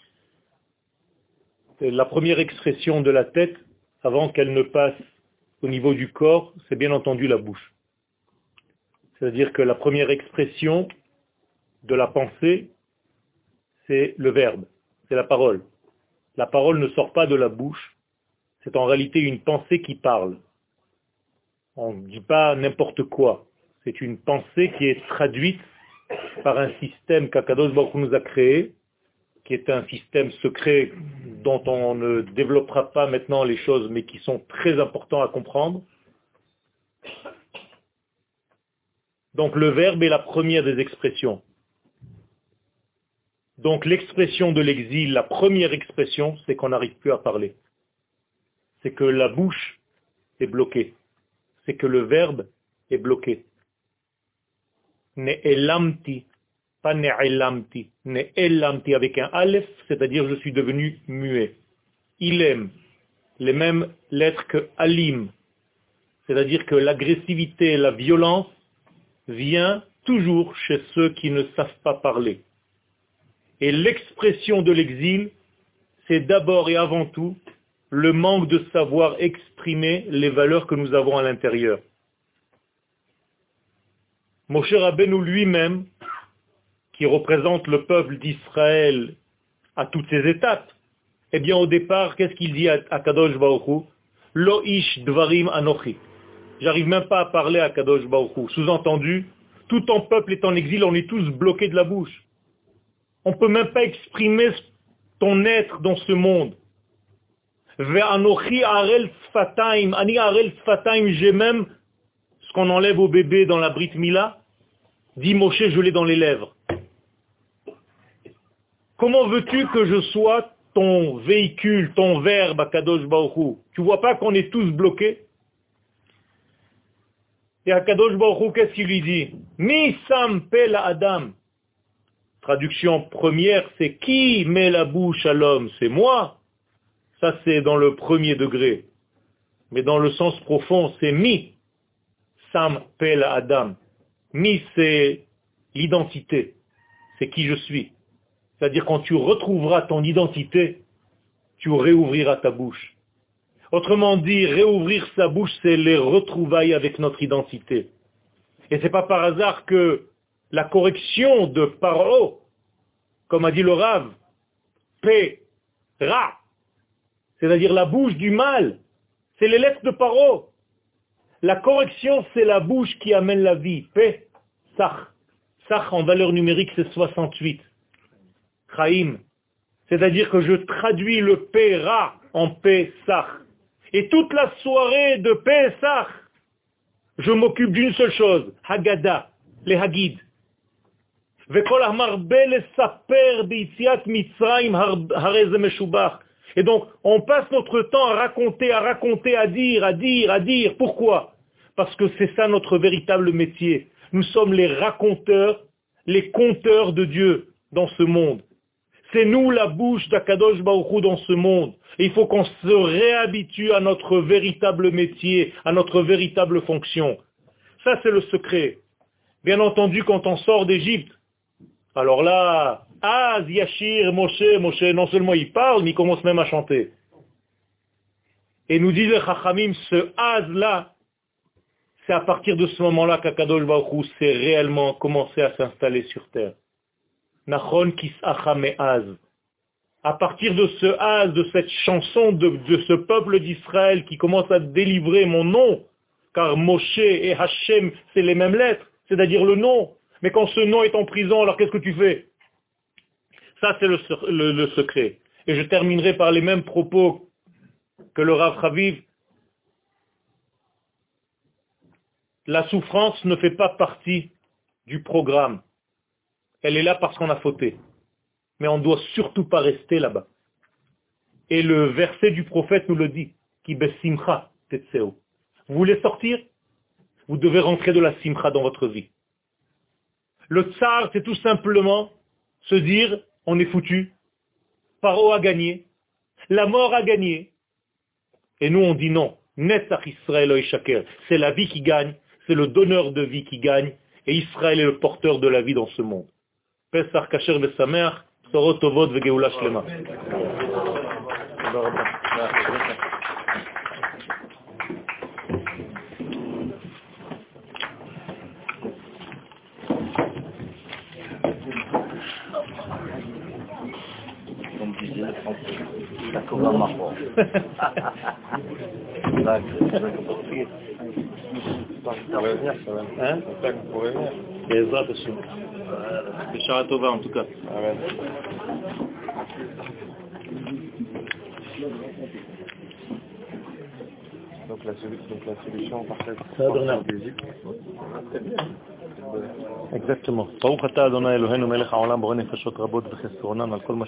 La première expression de la tête, avant qu'elle ne passe au niveau du corps, c'est bien entendu la bouche. C'est-à-dire que la première expression de la pensée, c'est le verbe, c'est la parole. La parole ne sort pas de la bouche, c'est en réalité une pensée qui parle. On ne dit pas n'importe quoi. C'est une pensée qui est traduite par un système qu'Akadosh Baruch Hu nous a créé, qui est un système secret dont on ne développera pas maintenant les choses, mais qui sont très importants à comprendre. Donc le verbe est la première des expressions. Donc l'expression de l'exil, la première expression, c'est qu'on n'arrive plus à parler. C'est que la bouche est bloquée. C'est que le verbe est bloqué. Ne'elamti, pas ne'elamti. Ne'elamti avec un aleph, c'est-à-dire je suis devenu muet. Ilem, les mêmes lettres que alim. C'est-à-dire que l'agressivité et la violence vient toujours chez ceux qui ne savent pas parler. Et l'expression de l'exil, c'est d'abord et avant tout le manque de savoir exprimer les valeurs que nous avons à l'intérieur. Moshe Rabbeinu lui-même, qui représente le peuple d'Israël à toutes ses étapes, eh bien au départ, qu'est-ce qu'il dit à Kadosh Baruch Hu? Lo ish dvarim anochi. J'arrive même pas à parler à Kadosh Baruch Hu. Sous-entendu, tout ton peuple est en exil, on est tous bloqués de la bouche. On ne peut même pas exprimer ton être dans ce monde. Ve'anochi arel sfataim, ani arel sfataim, j'ai même ce qu'on enlève au bébé dans la Brit Mila, dit Moshe, je l'ai dans les lèvres. Comment veux-tu que je sois ton véhicule, ton verbe à Kadosh Baruch Hu? Tu vois pas qu'on est tous bloqués? Et à Kadosh Baruch Hu, qu'est-ce qu'il lui dit? Mi sam pe la Adam. Traduction première, c'est qui met la bouche à l'homme? C'est moi. Ça, c'est dans le premier degré. Mais dans le sens profond, c'est mi sam pe la Adam. Mi, c'est l'identité. C'est qui je suis. C'est-à-dire quand tu retrouveras ton identité, tu réouvriras ta bouche. Autrement dit, réouvrir sa bouche, c'est les retrouvailles avec notre identité. Et c'est pas par hasard que la correction de Paro, comme a dit le Rav, Ra, c'est-à-dire la bouche du mal, c'est les lettres de Paro. La correction, c'est la bouche qui amène la vie. Sach. Sach en valeur numérique, c'est 68. Chaim. C'est-à-dire que je traduis le Ra en Pesach. Et toute la soirée de Pesach, je m'occupe d'une seule chose, Haggadah, les Hagid. Et donc, on passe notre temps à raconter, à dire. Pourquoi? Parce que c'est ça notre véritable métier. Nous sommes les raconteurs, les conteurs de Dieu dans ce monde. C'est nous la bouche d'Akadosh Baruch Hu dans ce monde. Et il faut qu'on se réhabitue à notre véritable métier, à notre véritable fonction. Ça, c'est le secret. Bien entendu, quand on sort d'Égypte, alors là, Az, Yashir, Moshe, non seulement il parle, mais il commence même à chanter. Et nous dit le Chachamim, ce Az-là, c'est à partir de ce moment-là qu'Akadosh Baruch Hu s'est réellement commencé à s'installer sur terre. Nachon kis'acha me'az. À partir de ce Az, de cette chanson de ce peuple d'Israël qui commence à délivrer mon nom, car Moshe et Hachem, c'est les mêmes lettres, c'est-à-dire le nom. Mais quand ce nom est en prison, alors qu'est-ce que tu fais? Ça, c'est le secret. Et je terminerai par les mêmes propos que le Rav Chaviv. La souffrance ne fait pas partie du programme. Elle est là parce qu'on a fauté. Mais on ne doit surtout pas rester là-bas. Et le verset du prophète nous le dit. Ki besimcha tetseu. Vous voulez sortir? Vous devez rentrer de la simcha dans votre vie. Le tsar, c'est tout simplement se dire, on est foutu. Paro a gagné. La mort a gagné. Et nous, on dit non. Netzach Israël o Ishaker. C'est la vie qui gagne. C'est le donneur de vie qui gagne. Et Israël est le porteur de la vie dans ce monde. Pesach kasher v'sameach, bsorot tovot v'geula shlema. Comme disait le français, la cobra marron. Hein? Bezrat Hashem. Bishara Tova en tout cas. Amen. Donc la solution parfaite. Ça donne Exactement. Baruch atah Adonai Eloheinu melech haolam borei nefashot rabot v'chesronan al kol ma